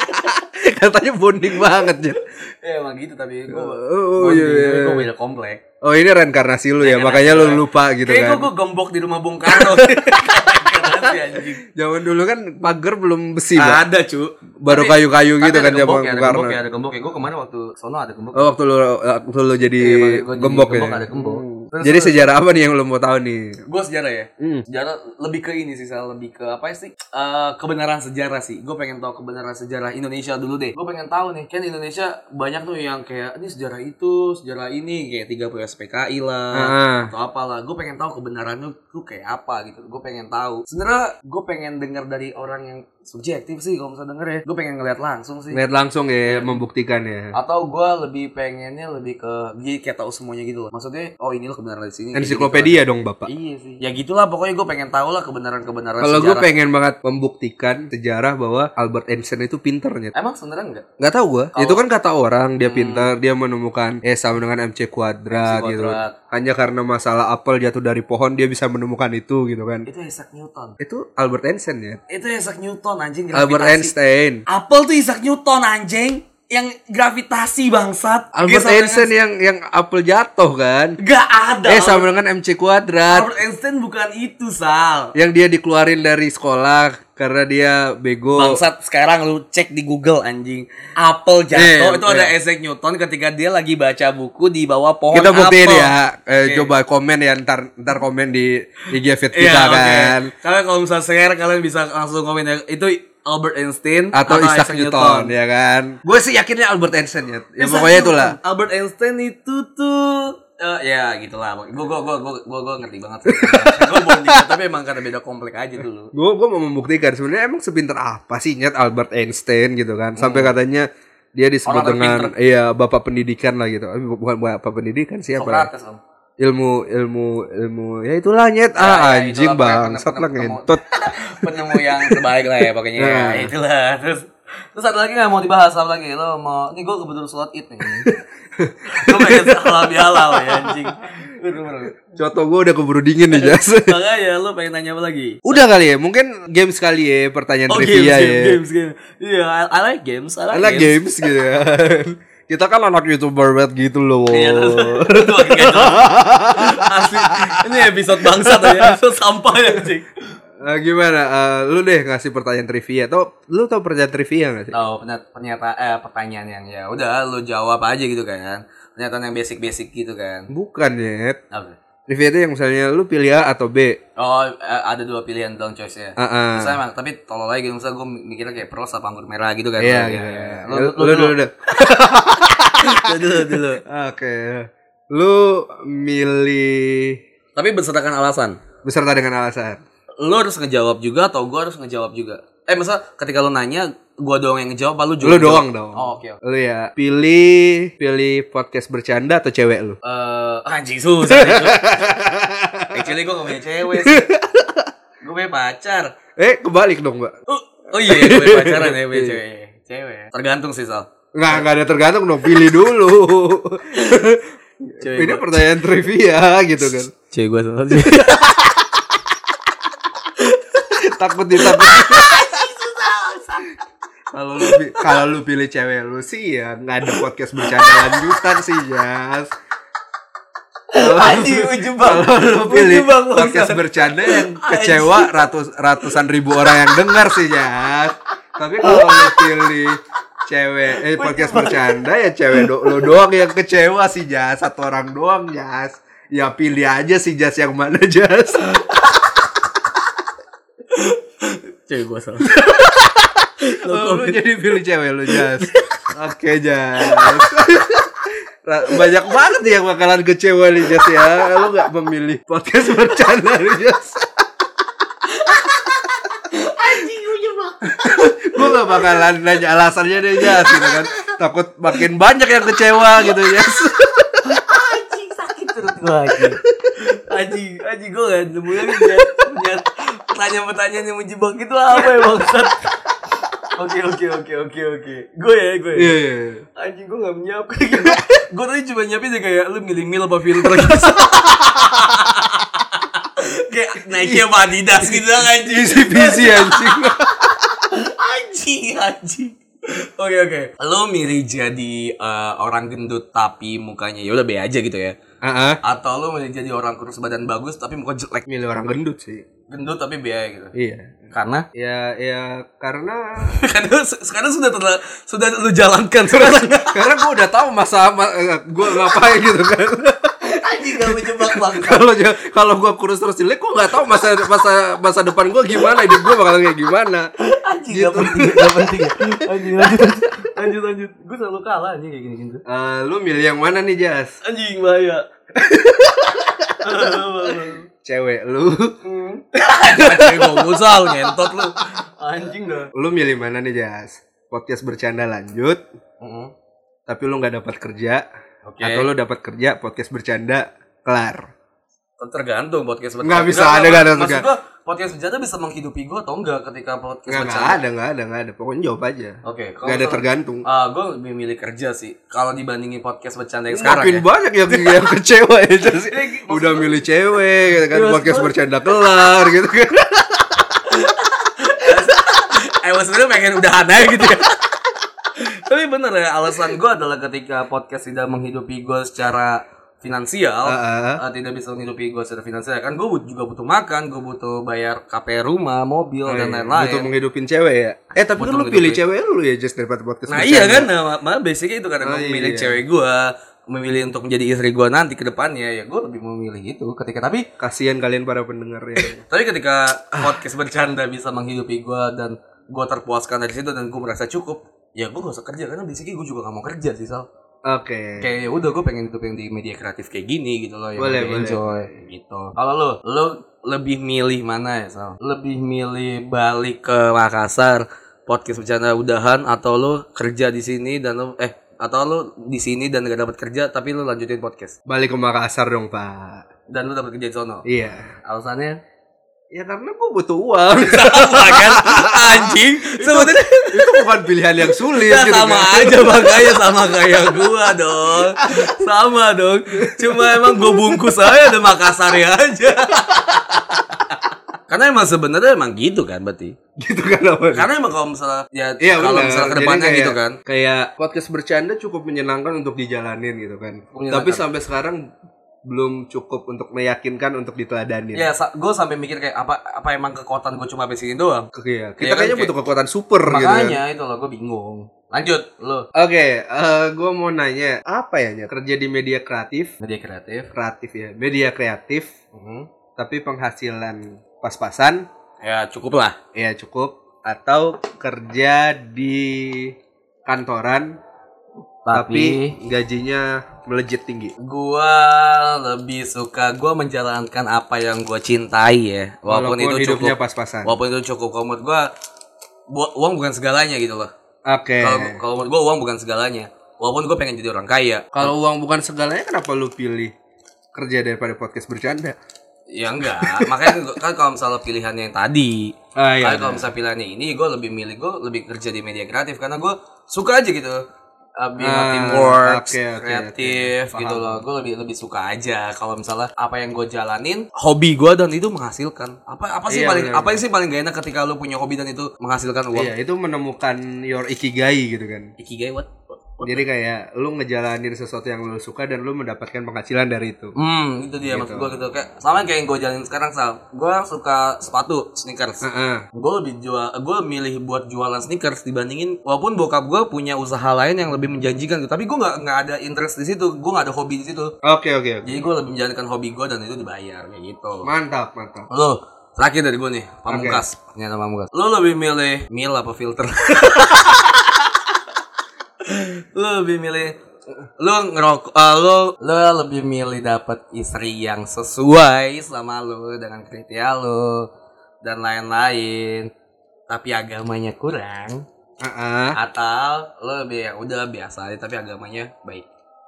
Katanya bonding banget ya. Ya emang gitu tapi gue Oh, bonding, iya, iya. tapi gue beda komplek. Oh, ini reinkarnasi lu ya, Reinkarnasi makanya lu gue. lupa gitu Kayak kan. gue gue gembok di rumah Bung Karno. Reinkarnasi anjing. Zaman dulu kan pagar belum besi, Pak. Ada cu. Baru Tapi kayu-kayu gitu ada kan zaman gembok ya, Bung ada Karno. gembok ya, ada gembok ya. Gue kemarin waktu sono ada gembok. Oh, waktu lu waktu lu jadi Iya, gua jadi gembok, gembok, ya. ada gembok. Hmm. Terus- Jadi sejarah apa nih yang lu mau tahu nih? Gue sejarah ya. Hmm. Sejarah lebih ke ini sih, Sal. Lebih ke apa sih? Eh, kebenaran sejarah sih. Gue pengen tahu kebenaran sejarah Indonesia dulu deh. Gue pengen tahu nih, kan Indonesia banyak tuh yang kayak ini sejarah itu, sejarah ini, kayak tiga puluh S P K I lah, Ah. atau apalah. Gue pengen tahu kebenarannya tuh kayak apa gitu. Gue pengen tahu. Sebenarnya gue pengen dengar dari orang yang subjektif sih kalau misalnya denger ya. Gue pengen ngeliat langsung sih. Lihat langsung ya, membuktikan ya. Atau gue lebih pengennya lebih ke jadi kayak tahu semuanya gitu loh. Maksudnya, oh ini loh kebenaran di sini. kayak Ensiklopedia gitu. dong, Bapak. Iya sih. Ya gitulah pokoknya gue pengen tahu lah kebenaran-kebenaran Kalau gue sejarah. pengen banget membuktikan sejarah bahwa Albert Einstein itu pinternya. Emang sebenarnya enggak? Nggak tahu gue. Kalau- Itu kan kata orang dia Hmm. pintar, dia menemukan E sama dengan M C kuadrat M C gitu. kuadrat. Hanya karena masalah apel jatuh dari pohon dia bisa menemukan itu gitu kan. Itu Isaac Newton. Itu Albert Einstein ya. Itu Isaac Newton anjing Albert gravitasi. Einstein. Apple tuh Isaac Newton anjing yang gravitasi bangsat. Albert Gak sama Einstein dengan- yang yang apel jatuh kan. Gak ada. Eh sama dengan M C kuadrat. Albert Einstein bukan itu, Sal. Yang dia dikeluarin dari sekolah karena dia bego. Bangsat, sekarang lu cek di Google anjing. Apel jatuh Eh, itu ada eh. Isaac Newton ketika dia lagi baca buku di bawah pohon Kita buktiin apel. ya. Eh, Oke. Coba komen ya ntar ntar komen di I G feed Iya, kita oke. kan. Kalian kalau misalnya share kalian bisa langsung komen ya. Itu Albert Einstein Atau Isaac Newton, ya kan. Gue sih yakinnya Albert Einstein ya. Ya Isaac pokoknya Newton. itulah. Albert Einstein itu tuh eh, ya gitulah. Gue gue gue gue gue gue ngerti banget. Gue bonding tapi emang karena beda komplek aja dulu. Gue gue mau membuktikan sebenarnya emang sepinter apa sih nyet Albert Einstein gitu kan. Sampai katanya dia disebut Orang dengan pinter. iya bapak pendidikan lah gitu. Eh, bukan bapak pendidikan siapa? Socrates om. Ilmu ilmu ilmu ya itulah nyet. Ya, ah ya, anjing itulah, bangsat pokoknya lah penemu- ngentot. Penemu yang terbaik lah ya pokoknya. Nah. Ya, itulah. Terus terus satu lagi nggak mau dibahas apa lagi lo mau ini gue kebetulan sholat id nih. Gue pengen halal bihalal ya anjing. Coto gue udah keburu dingin nih Jas. Makanya lo pengen nanya apa lagi? Udah kali ya, mungkin games kali ya, pertanyaan Oh trivia games, ya. games, games, games. Iya, I, I like games. I like, I like games gitu ya. Kita kan anak YouTuber banget gitu loh. Iya, terus itu makin gak jelas. Asli, ini episode bangsat aja, episode sampah ya anjing. Eh, gimana? Eh, lu deh ngasih pertanyaan trivia. Tau, lu tau pertanyaan trivia gak sih? Tahu ternyata eh pertanyaan yang ya udah lo jawab aja gitu kan. Pernyataan yang basic-basic gitu kan. Bukan ya. Apa? Trivia itu yang misalnya lu pilih A atau B. Oh, eh, ada dua pilihan dong choice ya. Ah, ah. Misalnya emang, tapi tolol lagi gitu. Misalnya gue mikirnya kayak peros apa anggur merah gitu kan. Iya, Iya, gitu. iya. Lu Lu, lu dulu deh. Lu dulu, dulu. Oke. Lu milih Tapi berdasarkan alasan. beserta dengan alasan. Lu harus ngejawab juga atau gue harus ngejawab juga? Eh, masa ketika lu nanya, gue doang yang ngejawab, apa lu juga Lu ngejawab? doang dong. Oh, oke, oke. Lu ya pilih pilih podcast bercanda atau cewek lu? Eh, anjing susah nih, Cuk. Actually gue gak punya cewek sih. Gue punya pacar. Eh, kebalik dong, Mbak. Oh, oh iya, gue punya pacaran ya, punya cewek. Cewek. Tergantung sih, Sal. Nggak, nggak ada tergantung dong, pilih dulu. Cewek Ini gua. pertanyaan trivia gitu kan. Cewek gue salah sih. Takut ditakut. Kalau lu pi- kalau lu pilih cewek lu sih ya nggak ada podcast bercanda lanjutan sih, Jas. Kalau Anjing, ujung bang. kalau lu pilih Ujung bang, podcast bangsat. bercanda yang kecewa ratus ratusan ribu orang yang dengar sih, Jas. Tapi kalau lu pilih cewek eh podcast bercanda ya cewek do, lu doang yang kecewa sih, Jas. Satu orang doang, Jas. Ya pilih aja sih, Jas, yang mana, Jas. Cewek gue salah. Oh, lu jadi pilih cewek lu, Jas. Oke, Jas. Banyak banget yang bakalan kecewa nih, Jas ya. Lu gak memilih podcast bercanda nih, Jas. Anjing gue jebak. Gue gak bakalan nanya alasannya deh, Jas, gitu kan. Takut makin banyak yang kecewa gitu, Jas. Anjing sakit perut gue anjing. Anjing, anjing gue gak nemu lagi lihat pertanyaan-pertanyaan yang menjebak itu apa ya bangsat. Oke oke oke oke oke. Gue ya gue. Iya iya. Anjing gue gak menyiapkan gitu. Gue tadi cuma nyiapin kayak lu milih mil apa filter gitu. Kayak Nike apa Adidas gitu anjing. Easy peasy anjing. Anjing anjing. Oke oke. Lu milih jadi uh, orang gendut tapi mukanya ya udah be aja gitu ya. Heeh. Atau lu milih jadi orang kurus badan bagus tapi muka jelek. Milih orang gendut sih. Gendut tapi be aja gitu. Iya. Karena Ya ya karena karena sekarang sudah terla, sudah lu jalankan sekarang. karena gue udah tahu masa ma, gue ngapain gitu kan. Anjing gak menjebak banget. Kalau kalau gue kurus terus jelek, gue nggak tahu masa masa masa depan gue gimana, hidup gue bakal kayak gimana. Anjing Gitu. gak penting, gak penting ya. Anjing lanjut lanjut lanjut. Gue selalu kalah anjing kayak gini gitu. Eh, lu milih yang mana nih, Jas? Anjing bahaya. Cewek lu. Anjing gue musal ngentot lu. Anjing dah. Lu milih mana nih, Jas? Podcast bercanda lanjut, tapi lu nggak dapat kerja, Oke. atau lu dapat kerja podcast bercanda kelar? Tergantung podcast bercanda. Nggak bisa, ada nggak ada. Maksud gue podcast bercanda bisa menghidupi gue atau enggak ketika podcast Nggak nggak bercanda? ada nggak ada nggak ada. Pokoknya jawab aja. Oke. kalau Nggak ada misalnya- tergantung. Ah, gue lebih milih kerja sih. Kalau dibandingin podcast bercanda yang sekarang Makin ya. banyak yang yang kecewa ya, Jas. Udah milih cewek gitu kan, Iya, podcast maksud bercanda kelar gitu kan. Emang sebenarnya pengen udahan aja gitu ya. Tapi bener ya, alasan gue adalah ketika podcast tidak menghidupi gue secara finansial, Uh-uh. uh, tidak bisa menghidupi gue secara finansial, kan gue juga butuh makan, gue butuh bayar K P rumah, mobil, dan lain-lain. Butuh menghidupin cewek ya. Eh tapi kan Butuh lu pilih menghidupin. cewek lu ya, Just, daripada podcast Nah bercanda. iya kan, nah, malah basicnya itu karena Oh, gue memilih iya. cewek gue, memilih untuk menjadi istri gue nanti ke depannya, ya gue lebih memilih itu. Ketika tapi Kasihan kalian para pendengar ya. tapi ketika podcast bercanda bisa menghidupi gue dan gue terpuaskan dari situ dan gue merasa cukup, ya gue gak usah kerja karena basicnya gue juga gak mau kerja sih Sal. Oke. Kayak ya udah gue pengen hidup yang di media kreatif kayak gini gitu loh, yang Boleh, lebih boleh. enjoy gitu. Kalau lu, lu lebih milih mana ya Sal? Lebih milih balik ke Makassar podcast bercanda udahan, atau lu kerja di sini dan lu eh atau lu di sini dan gak dapat kerja tapi lu lanjutin podcast Balik ke Makassar dong, Pak. dan lu dapat kerja di sono? Iya. Alasannya? Ya karena gue butuh uang. Sama kan anjing sebenarnya. Itu bukan pilihan yang sulit Ya gitu sama kan. aja makanya sama kayak gua dong. Sama dong. Cuma emang gua bungkus aja ada Makassar ya aja. Karena emang sebenarnya emang gitu kan berarti. Gitu kan apa? Karena emang kalau misalnya ya Iya, kalau benar. misalnya Jadi kedepannya kayak- gitu kan. Kayak podcast bercanda cukup menyenangkan untuk dijalanin gitu kan. Menyenangkan. Tapi sampai sekarang belum cukup untuk meyakinkan untuk diteladanin. Ya sa- gua sampai mikir kayak apa apa emang kekuatan gua cuma sampai sini doang. Iya, kita Iya kan, kayaknya kayak- butuh kekuatan super gitu kan. Makanya itu loh gua bingung. Lanjut lu. Oke, eh gue mau nanya, apa ya, Nya? Kerja di media kreatif, Media kreatif. kreatif ya, media kreatif, Mhm. tapi penghasilan pas-pasan, Ya cukup lah. ya cukup, atau kerja di kantoran, tapi, gajinya melejit tinggi. Gua lebih suka gua menjalankan apa yang gua cintai ya. Walaupun, Walaupun itu hidupnya cukup pas-pasan. walaupun itu cukup kalau menurut gua bu- uang bukan segalanya gitu loh. Oke. Kalau kalau menurut gua uang bukan segalanya. Walaupun gua pengen jadi orang kaya. Kalau uang bukan segalanya, kenapa lu pilih kerja daripada podcast bercanda? Ya enggak. Makanya gua- kan kalau misalnya pilihannya yang tadi. Ah, iya, Kan kalau iya. misalnya pilihannya ini gua lebih milih gua lebih kerja di media kreatif karena gua suka aja gitu. Uh, being a Ah, teamwork, oke, oke, kreatif oke. gitu Paham. loh. Gue lebih lebih suka aja kalau misalnya apa yang gue jalanin hobi gue dan itu menghasilkan. Apa apa sih Iya, paling benar, apa sih paling gak enak ketika lu punya hobi dan itu menghasilkan uang? Iya, itu menemukan your ikigai gitu kan. Ikigai what? What? what? Jadi kayak lu ngejalanin sesuatu yang lu suka dan lu mendapatkan penghasilan dari itu. Hmm, itu dia Gitu. maksud gue gitu kayak sama kayak yang gue jalanin sekarang Sal. Gue suka sepatu sneakers. Heeh. Gue lebih jual, gue milih buat jualan sneakers dibandingin walaupun bokap gue punya usaha lain yang lebih menjanjikan gitu. Tapi gue nggak nggak ada interest di situ, gue nggak ada hobi di situ. Oke, oke, oke. Jadi gue lebih menjalankan hobi gue dan itu dibayar kayak gitu. Mantap, mantap. Lo Terakhir dari gue nih, Pamungkas. Ternyata Pamungkas. Lo lebih milih mil apa filter? Lo lebih milih lo ngerokok, uh, lo lo lebih milih dapat istri yang sesuai sama lo dengan kriteria lo dan lain-lain, tapi agamanya kurang, Uh-uh. atau lo lebih ya udah biasa aja tapi agamanya baik?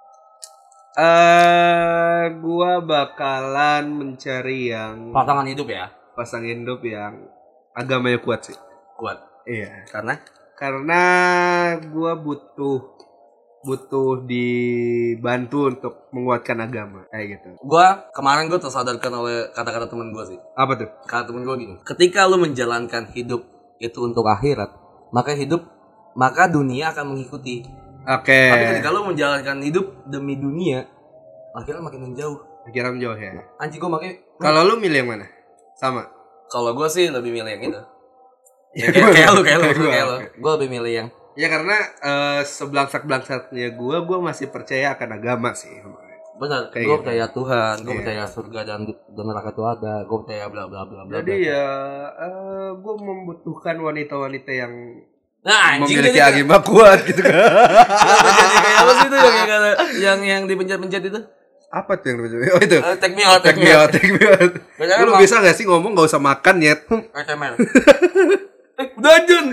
Eh, gua bakalan mencari yang Pasangan hidup ya, pasangan hidup yang agamanya kuat sih. kuat. Iya. Karena Karena gua butuh butuh dibantu untuk menguatkan agama kayak gitu. gue kemarin gue tersadarkan oleh kata-kata temen gue sih. Apa tuh? Kata temen gue gini, ketika lo menjalankan hidup itu untuk akhirat, maka hidup maka dunia akan mengikuti. Oke. Tapi ketika lo menjalankan hidup demi dunia, akhirnya makin menjauh. Akhirnya menjauh ya. Anjing gue makanya. Kalau lu milih yang mana? Sama. Kalau gue sih lebih milih yang itu. Ya, kayak, kayak lu, kayak lu, Kayak gua, kayak lu. oke. Gue lebih milih yang. Ya karena eh, sebelangsak-belangsaknya gua, gua masih percaya akan agama sih. Benar. Kayak Gue gitu. percaya Tuhan, gue Iya. percaya surga dan dan neraka itu ada. Gue percaya bla bla bla bla. Jadi bla. ya eh, gua membutuhkan wanita-wanita yang Nah, anjing memiliki jadi agama kuat gitu kan. Kenapa jadi kayak apa sih itu yang yang yang, yang dipencet-pencet itu? Apa tuh yang namanya? Oh itu. Uh, take me out, Take me out, take me out. Biasanya Lu emang- bisa gak sih ngomong gak usah makan ya? S M R. Eh, udah anjun.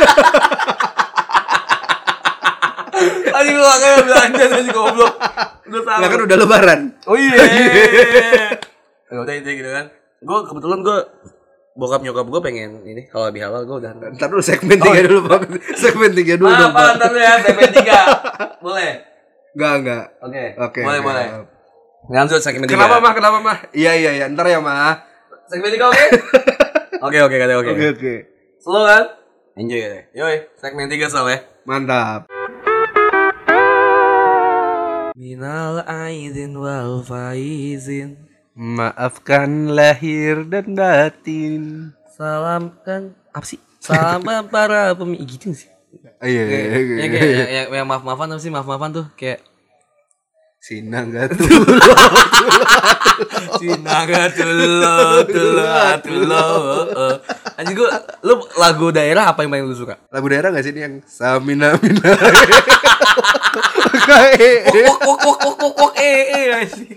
Anjing lu makanya belanja anjing goblok. Udah salah. Lah kan udah lebaran. Oh iya. Enggak udah itu gitu kan. Gue kebetulan gue bokap nyokap gue pengen ini halal bihalal gue udah. Ntar dulu segmen tiga dulu Pak. Segmen tiga dulu dong Apa Pak. ntar ya T P tiga. Boleh. Enggak, enggak. Oke. Oke. Boleh, oke. boleh. Lanjut segmen tiga. Kenapa mah? Kenapa mah? Iya iya iya, ntar ya mah. Segmen tiga oke? Oke oke oke oke. Oke oke. Slow kan? Enjoy ya. Yoi, segmen tiga Sal ya. Mantap. Minal aidin wal faizin. Maafkan lahir dan batin. Salam kan apa sih? Sama para pemilih gitu sih. Oh, iya iya Kayak, iya. ya, iya, kayak, iya. yang, yang maaf-maafan apa sih? Maaf-maafan tuh kayak Sinang gak tuh? Sinaga tulo tulo tulo. Anjing gua, lu lagu daerah apa yang paling lu suka? Lagu daerah gak sih ini yang Samina Mina? Wok wok wok wok wok wok eh eh anjing.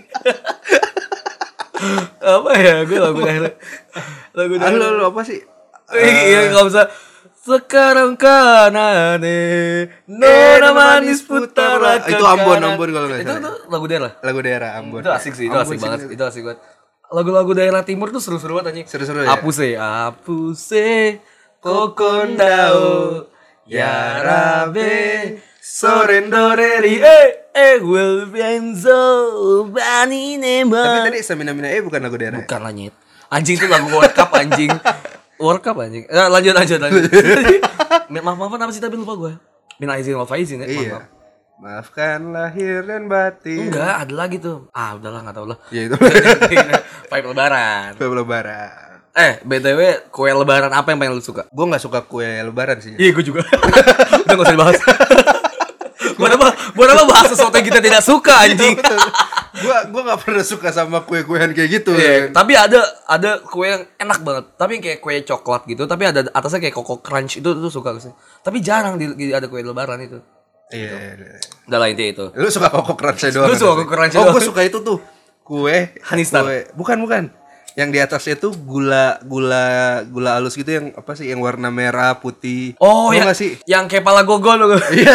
Apa ya? Gue lagu daerah. Lagu daerah. Halo lu apa sih? Iya enggak usah. Sekarang kanane Nona manis putara ke Itu Ambon, kanan. Ambon kalau nggak Itu salah. tuh lagu daerah. Lagu daerah Ambon. Itu asik sih, itu Ambon asik sih. banget. Itu asik banget. Lagu-lagu daerah timur tuh seru-seru banget anjing. Seru-seru ya? Apuse, apuse kokondao ya rabe sorendoreri eh eh will benzo bani nema. Tapi tadi Samina Mina E bukan lagu daerah. Bukan lah nyet. Anjing itu lagu World Cup anjing. World Cup anjing. Eh, lanjut lanjut lanjut. Maaf maafan apa sih tapi lupa gue. Minal izin wal faizin ya. Maaf, Iya. maaf. Maafkan lahir dan batin. Enggak, ada lagi tuh. Ah, udahlah enggak tahu lah. Ya itu. Vibe lebaran. Kue lebaran. Eh, B T W kue lebaran apa yang paling lu suka? Gue gak suka kue lebaran sih. Iya, gue juga. Udah gak usah dibahas. Buat apa? Buat apa bahas sesuatu yang kita tidak suka anjing? Gue gue gak pernah suka sama kue-kuean kayak gitu. Iya, tapi ada ada kue yang enak banget. Tapi kayak kue coklat gitu, tapi ada atasnya kayak Coco Crunch itu tuh suka sih. Tapi jarang di, di- ada kue lebaran itu. Iya. iya. Udah lah intinya itu. Lu suka Coco Crunch doang? Lu suka Coco Crunch Oh, doang? gue suka itu tuh. Kue Hanistan. Kue. Bukan, bukan. Yang di atasnya tuh gula gula gula halus gitu yang apa sih yang warna merah putih. Oh, Tau yang, nggak sih? yang kayak pala gogon loh. Iya.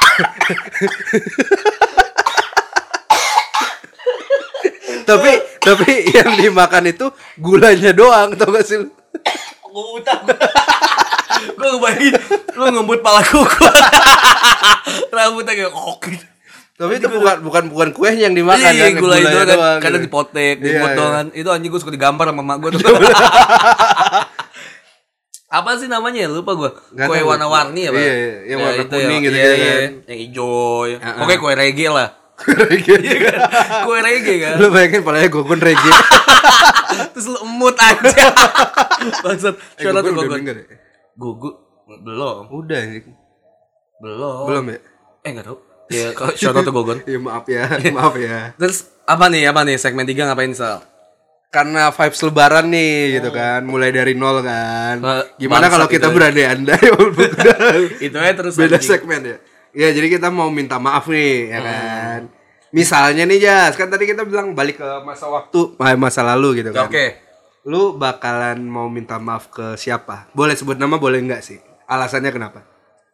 tapi tapi yang dimakan itu gulanya doang, tau gak sih? Gue utang. Gue ngebayangin lu ngebut pala gogon. Rambutnya kayak kok gitu. Tapi itu bukan bukan bukan kuenya yang dimakan Iya, kan, gula itu kan doang, kadang gitu. dipotek, Iya, dimot iya. doang. Itu anjing gue suka digampar sama mak gue tuh. Apa sih namanya? Lupa gue. Nggak Kue tahu. warna-warni ya, Pak? Iya, yang warna itu kuning yang, gitu iya, kan. iya, yang hijau. Ya. Uh-uh. Pokoknya kue reggae lah. Kue reggae kan. Lu bayangin palanya gogon reggae. Terus lu emut aja. Bangsat. Eh, Shout out to Gogon udah Gogon. denger ya? Gugu belum. Udah anjing. Belum. Belum ya? Eh enggak tahu. Ya, kalau shout out to Gogon. Ya maaf ya, maaf ya. Terus apa nih? Apa nih segmen tiga ngapain, Sal? karena vibes lebaran nih gitu kan, mulai dari nol kan. Ba- Gimana kalau bangsat kita itu. berandai-andai Itu aja terus beda anjing. segmen ya. Ya jadi kita mau minta maaf nih ya kan. Misalnya nih Jas, kan tadi kita bilang balik ke masa waktu, eh, masa lalu gitu kan. Oke. Lu bakalan mau minta maaf ke siapa? Boleh sebut nama boleh enggak sih? Alasannya kenapa?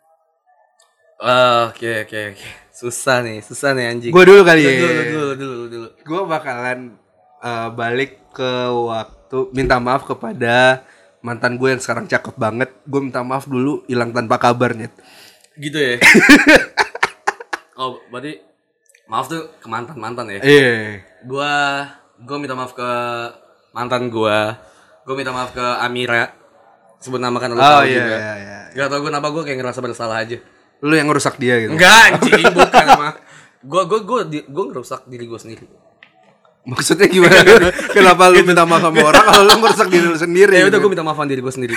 Eh, Oke oke oke. Susah nih, susah nih anjing. Gue dulu kali Dulu, ya. dulu dulu dulu dulu. Gue bakalan uh, balik ke waktu minta maaf kepada mantan gue yang sekarang cakep banget. Gue minta maaf dulu hilang tanpa kabarnya. Gitu ya. Oh, berarti maaf tuh ke mantan-mantan ya. Iya. Gua gua minta maaf ke mantan gua. Gua minta maaf ke Amira. Sebut nama kan lu Oh tahu iya juga. iya iya. Gak tau gue kenapa gue kayak ngerasa bersalah aja. Lu yang ngerusak dia gitu. Enggak, anjing, bukan mah. Gua gua gua di, gua ngerusak diri gua sendiri. Maksudnya gimana? Kenapa lu minta maaf sama orang kalau lu ngerusak diri lu sendiri? Ya udah gitu? gua minta maafan diri gua sendiri.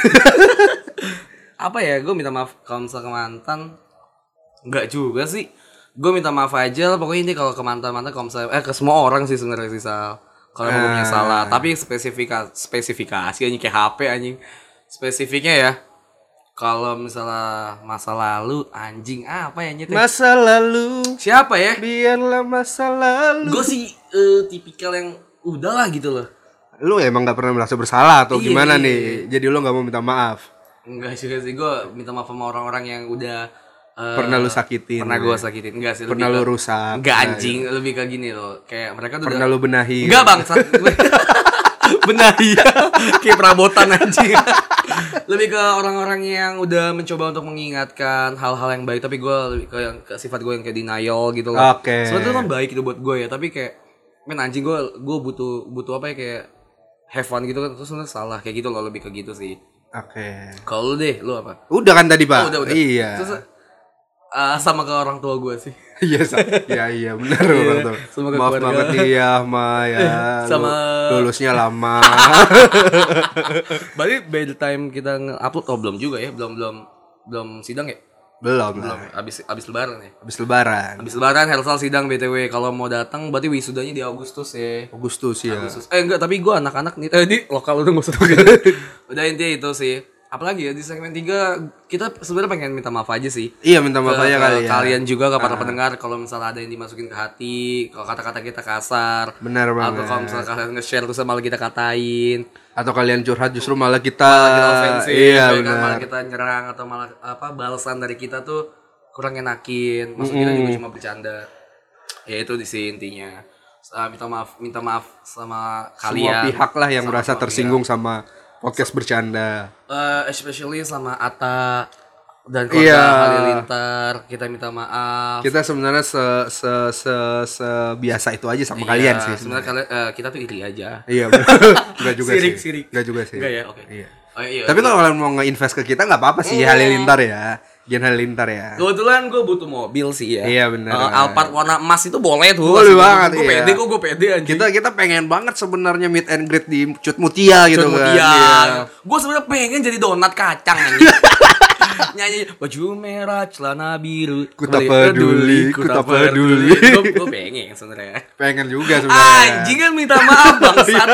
Apa ya? Gua minta maaf kalau misalnya ke mantan. Enggak juga sih. Gua minta maaf aja lah pokoknya ini kalau ke mantan-mantan kalau misalnya eh ke semua orang sih sebenarnya sih Sal. Kalau emang gue punya salah, tapi spesifikasi spesifikasi anjing kayak H P anjing. Spesifiknya ya. Kalau misalnya masa lalu anjing apa ya nyet? Masa lalu. Siapa ya? Biarlah masa lalu. Gue sih eh, tipikal yang udahlah gitu loh. Lu emang gak pernah merasa bersalah atau Iya, gimana iya. nih? Jadi lu gak mau minta maaf? Enggak juga sih, gue minta maaf sama orang-orang yang udah eh, Pernah lu sakitin? Pernah gue sakitin, enggak sih. Pernah lebih lu ke- rusak? Enggak Nah, anjing, lebih ke gini loh. Kayak mereka tuh Pernah udah lu benahi? Enggak bangsat. Benahi. Kayak perabotan anjing. Lebih ke orang-orang yang udah mencoba untuk mengingatkan hal-hal yang baik, tapi gue lebih ke yang ke sifat gue yang kayak denial gitu loh. Oke. Sebenarnya itu kan baik itu buat gue ya, tapi kayak men anjing gue gue butuh butuh apa ya kayak have fun gitu kan, terus sebenarnya salah kayak gitu loh, lebih ke gitu sih. Oke. Kalau lu deh, lu apa? Udah kan tadi, Pak? Oh, udah udah. Iya. Terus uh, sama ke orang tua gue sih. Iya, Sa. Iya, iya, benar orang tuh. sama ke Maaf keluarga. banget nih ya, Ma ya. Sama- Lu- lulusnya lama. Berarti by the time kita nge-upload oh belum juga ya, belum belum belum sidang ya? Belum, Belum. lah. Abis abis lebaran ya. Habis lebaran. Abis lebaran Hersal sidang B T W. Kalau mau datang berarti wisudanya di Agustus ya. Agustus ya. Agustus. Eh enggak, tapi gue anak-anak nih eh di lokal udah enggak usah gitu. Udah intinya itu sih. Apalagi ya di segmen tiga kita sebenarnya pengen minta maaf aja sih. Iya, minta maaf Ke- aja ke kali ya. kalian juga ke para pendengar kalau misalnya ada yang dimasukin ke hati, kalau kata-kata kita kasar, Benar atau banget. kalau misalnya kalian nge-share terus malah kita katain, Atau kalian curhat justru malah kita malah kita ofensif, Iya, ya kan, benar. malah kita nyerang atau malah apa balasan dari kita tuh kurang enakin. Maksud kita juga cuma bercanda. Ya itu di sini intinya. Uh, minta maaf, minta maaf sama Semua kalian. pihak lah yang Sama merasa semua tersinggung sama podcast bercanda. Uh, especially sama Ata dan Iya. keluarga Halilintar, kita minta maaf. Kita sebenarnya se se se sebiasa itu aja sama Iya, kalian sih. sebenarnya kalian eh, kita tuh iri aja. Iya, bener. Enggak juga Sirik, sih. sirik. Enggak juga sih. Enggak ya, oke. Iya. Oh iya. Tapi kalau kalian mau nge-invest ke kita nggak apa-apa sih, Halilintar ya. Jangan Halilintar ya. kebetulan gue butuh mobil sih ya. Iya, benar. Uh, Alphard warna emas itu boleh tuh. Boleh banget, Gue iya. pede kok, gue pede anjing. Kita kita pengen banget sebenarnya meet and greet di Cut Mutia gitu Cut kan. Mutia. Iya. Gue sebenarnya pengen jadi donat kacang anjing. Nyanyi baju merah celana biru Ku tak peduli, ku tak peduli. Gue pengen sebenarnya. Pengen juga sebenarnya. Anjing kan minta maaf bangsat.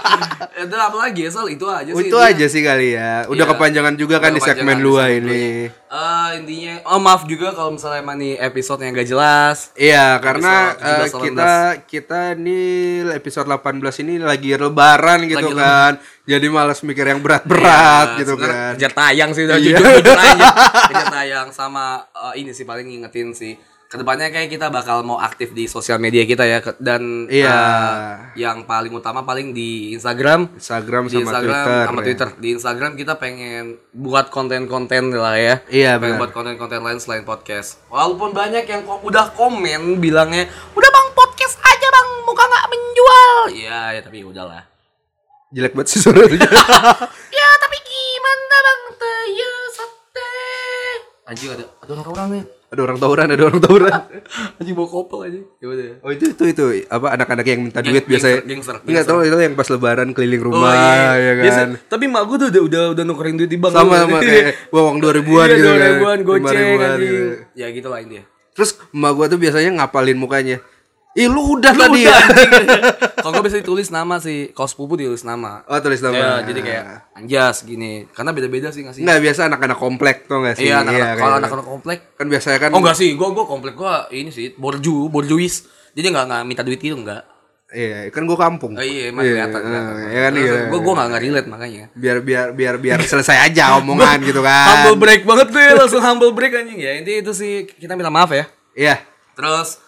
Itu apa lagi ya soal itu aja Oh, sih. itu intinya. aja sih kali ya. Udah Iya. kepanjangan juga kan Udah di segmen kepanjangan dua di segmen ini. Eh intinya oh maaf juga kalau misalnya emang nih episode yang gak jelas. Iya, karena Episode eh, tujuh belas, kita kita nih episode delapan belas ini lagi lebaran gitu Lagi kan. Jadi malas mikir yang berat-berat Ya, gitu sebenarnya kan. Kejar tayang sih udah Iya. jujur jujur aja. Kejar tayang sama eh, ini sih paling ngingetin sih. Kedepannya kayak kita bakal mau aktif di sosial media kita ya ke- dan Iya. eh, yang paling utama paling di Instagram. Instagram Di sama Instagram Twitter. sama ya. Twitter. Di Instagram kita pengen buat konten-konten lah ya. Iya, pengen benar. buat konten-konten lain selain podcast. Walaupun banyak yang kok udah komen bilangnya, "Udah Bang, podcast aja Bang, muka nggak menjual." Iya, ya tapi udahlah. Jelek banget sih suaranya. Ya tapi gimana Bang Taya sate? Anjing ada ada orang-orang nih. Ada orang tawuran, ada orang tawuran. Anjing bawa kopel aja. Ya udah. Oh itu itu itu apa anak-anak yang minta Geng- duit biasanya. gangster, gangster, Enggak tahu itu yang pas lebaran keliling rumah ya kan. Biasa- tapi mak gue tuh udah udah udah nukerin duit di bank. Sama sama kayak bawang dua ribuan Iya, gitu dua kan. ribuan lima goceng ribuan anjing. gitu. Ya gitu lah intinya. Terus emak gua tuh biasanya ngapalin mukanya. Ih lu udah Lu tadi udah, ya. anjing. Kalau gue bisa ditulis nama sih, kalau sepupu ditulis nama. Oh tulis nama. Ya, jadi kayak Anjas gini. Karena beda-beda sih nggak sih? Nggak, biasa anak-anak komplek tuh nggak sih? Iya, anak-anak, kalau kayak- anak-anak komplek. kan biasanya kan. Oh enggak sih, gue gue komplek gue ini sih borju, borjuis. Jadi nggak nggak minta duit itu enggak. Iya, kan gue kampung. Oh iya, emang kelihatan. Iya kan iya. Gue gue nggak nggak relate makanya. Biar biar biar biar selesai aja omongan gitu kan. Humble break banget deh, langsung humble break anjing ya. Intinya itu sih kita minta maaf ya. Iya. Terus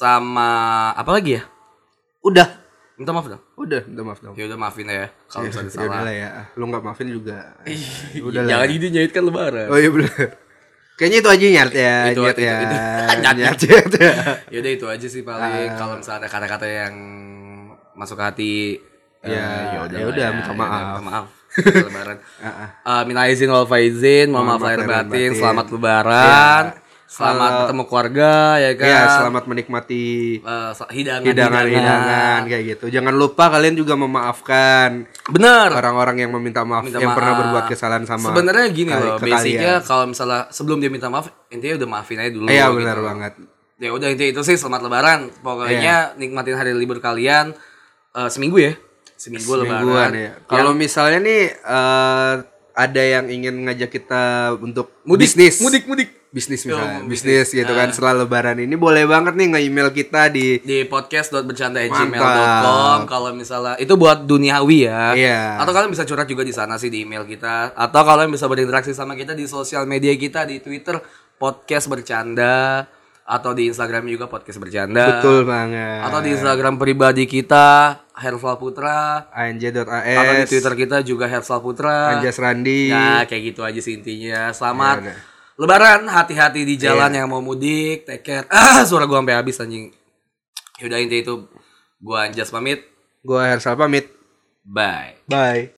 sama apa lagi ya? Udah. Minta maaf dong. Udah, minta maaf dong. Ya udah maafin ya kalau misalnya Ya salah. udah lah ya. Lu nggak maafin juga. Udah jangan gitu nyait kan lebaran. Oh iya bener. Kayaknya itu aja nyat ya. Itu nyat aja, ya. itu, itu. Nyat, Nyat. nyat ya. Ya udah itu aja sih paling Ah. kalau misalnya ada kata-kata yang masuk ke hati Ya, eh, ya udah, minta maaf. minta maaf. Lebaran. Ah, ah. Eh, minta izin wal faizin, mohon maaf lahir lahir batin, batin. selamat lebaran. Ya. Selamat Kalau- bertemu keluarga ya kan. Ya, selamat menikmati Eh, hidangan hidangan-hidangan kayak gitu. Jangan lupa kalian juga memaafkan Bener. orang-orang yang meminta maaf Minta yang maaf. pernah berbuat kesalahan sama. Sebenarnya gini kali- loh, ke basicnya kalian. kalau misalnya sebelum dia minta maaf, intinya udah maafin aja dulu. Iya gitu. benar banget. Ya udah intinya itu sih selamat lebaran. Pokoknya nikmatin hari libur kalian eh, seminggu ya. Seminggu Mingguan lebaran. ya. Kalau misalnya nih eh, ada yang ingin ngajak kita untuk mudik, bisnis, mudik, mudik. bisnis Oh, misalnya, bisnis. bisnis gitu kan setelah lebaran ini boleh banget nih nge-email kita di Di podcast dot bercanda at gmail Mantap. dot com. Kalau misalnya itu buat duniawi ya. Iya. Atau kalian bisa curhat juga di sana sih di email kita. Atau kalian bisa berinteraksi sama kita di sosial media kita di Twitter podcast bercanda atau di Instagram juga podcast bercanda. betul banget. Atau di Instagram pribadi kita Hersal Putra. anj.as Atau di Twitter kita juga Hersal Putra. Anjas Randi. Nah, kayak gitu aja sih intinya. Selamat Ya udah. Lebaran, hati-hati di jalan Iya. yang mau mudik, take care. Ah, suara gua sampai habis anjing. Yaudah intinya itu gua Anjas pamit. Gua Hersal pamit. Bye. Bye.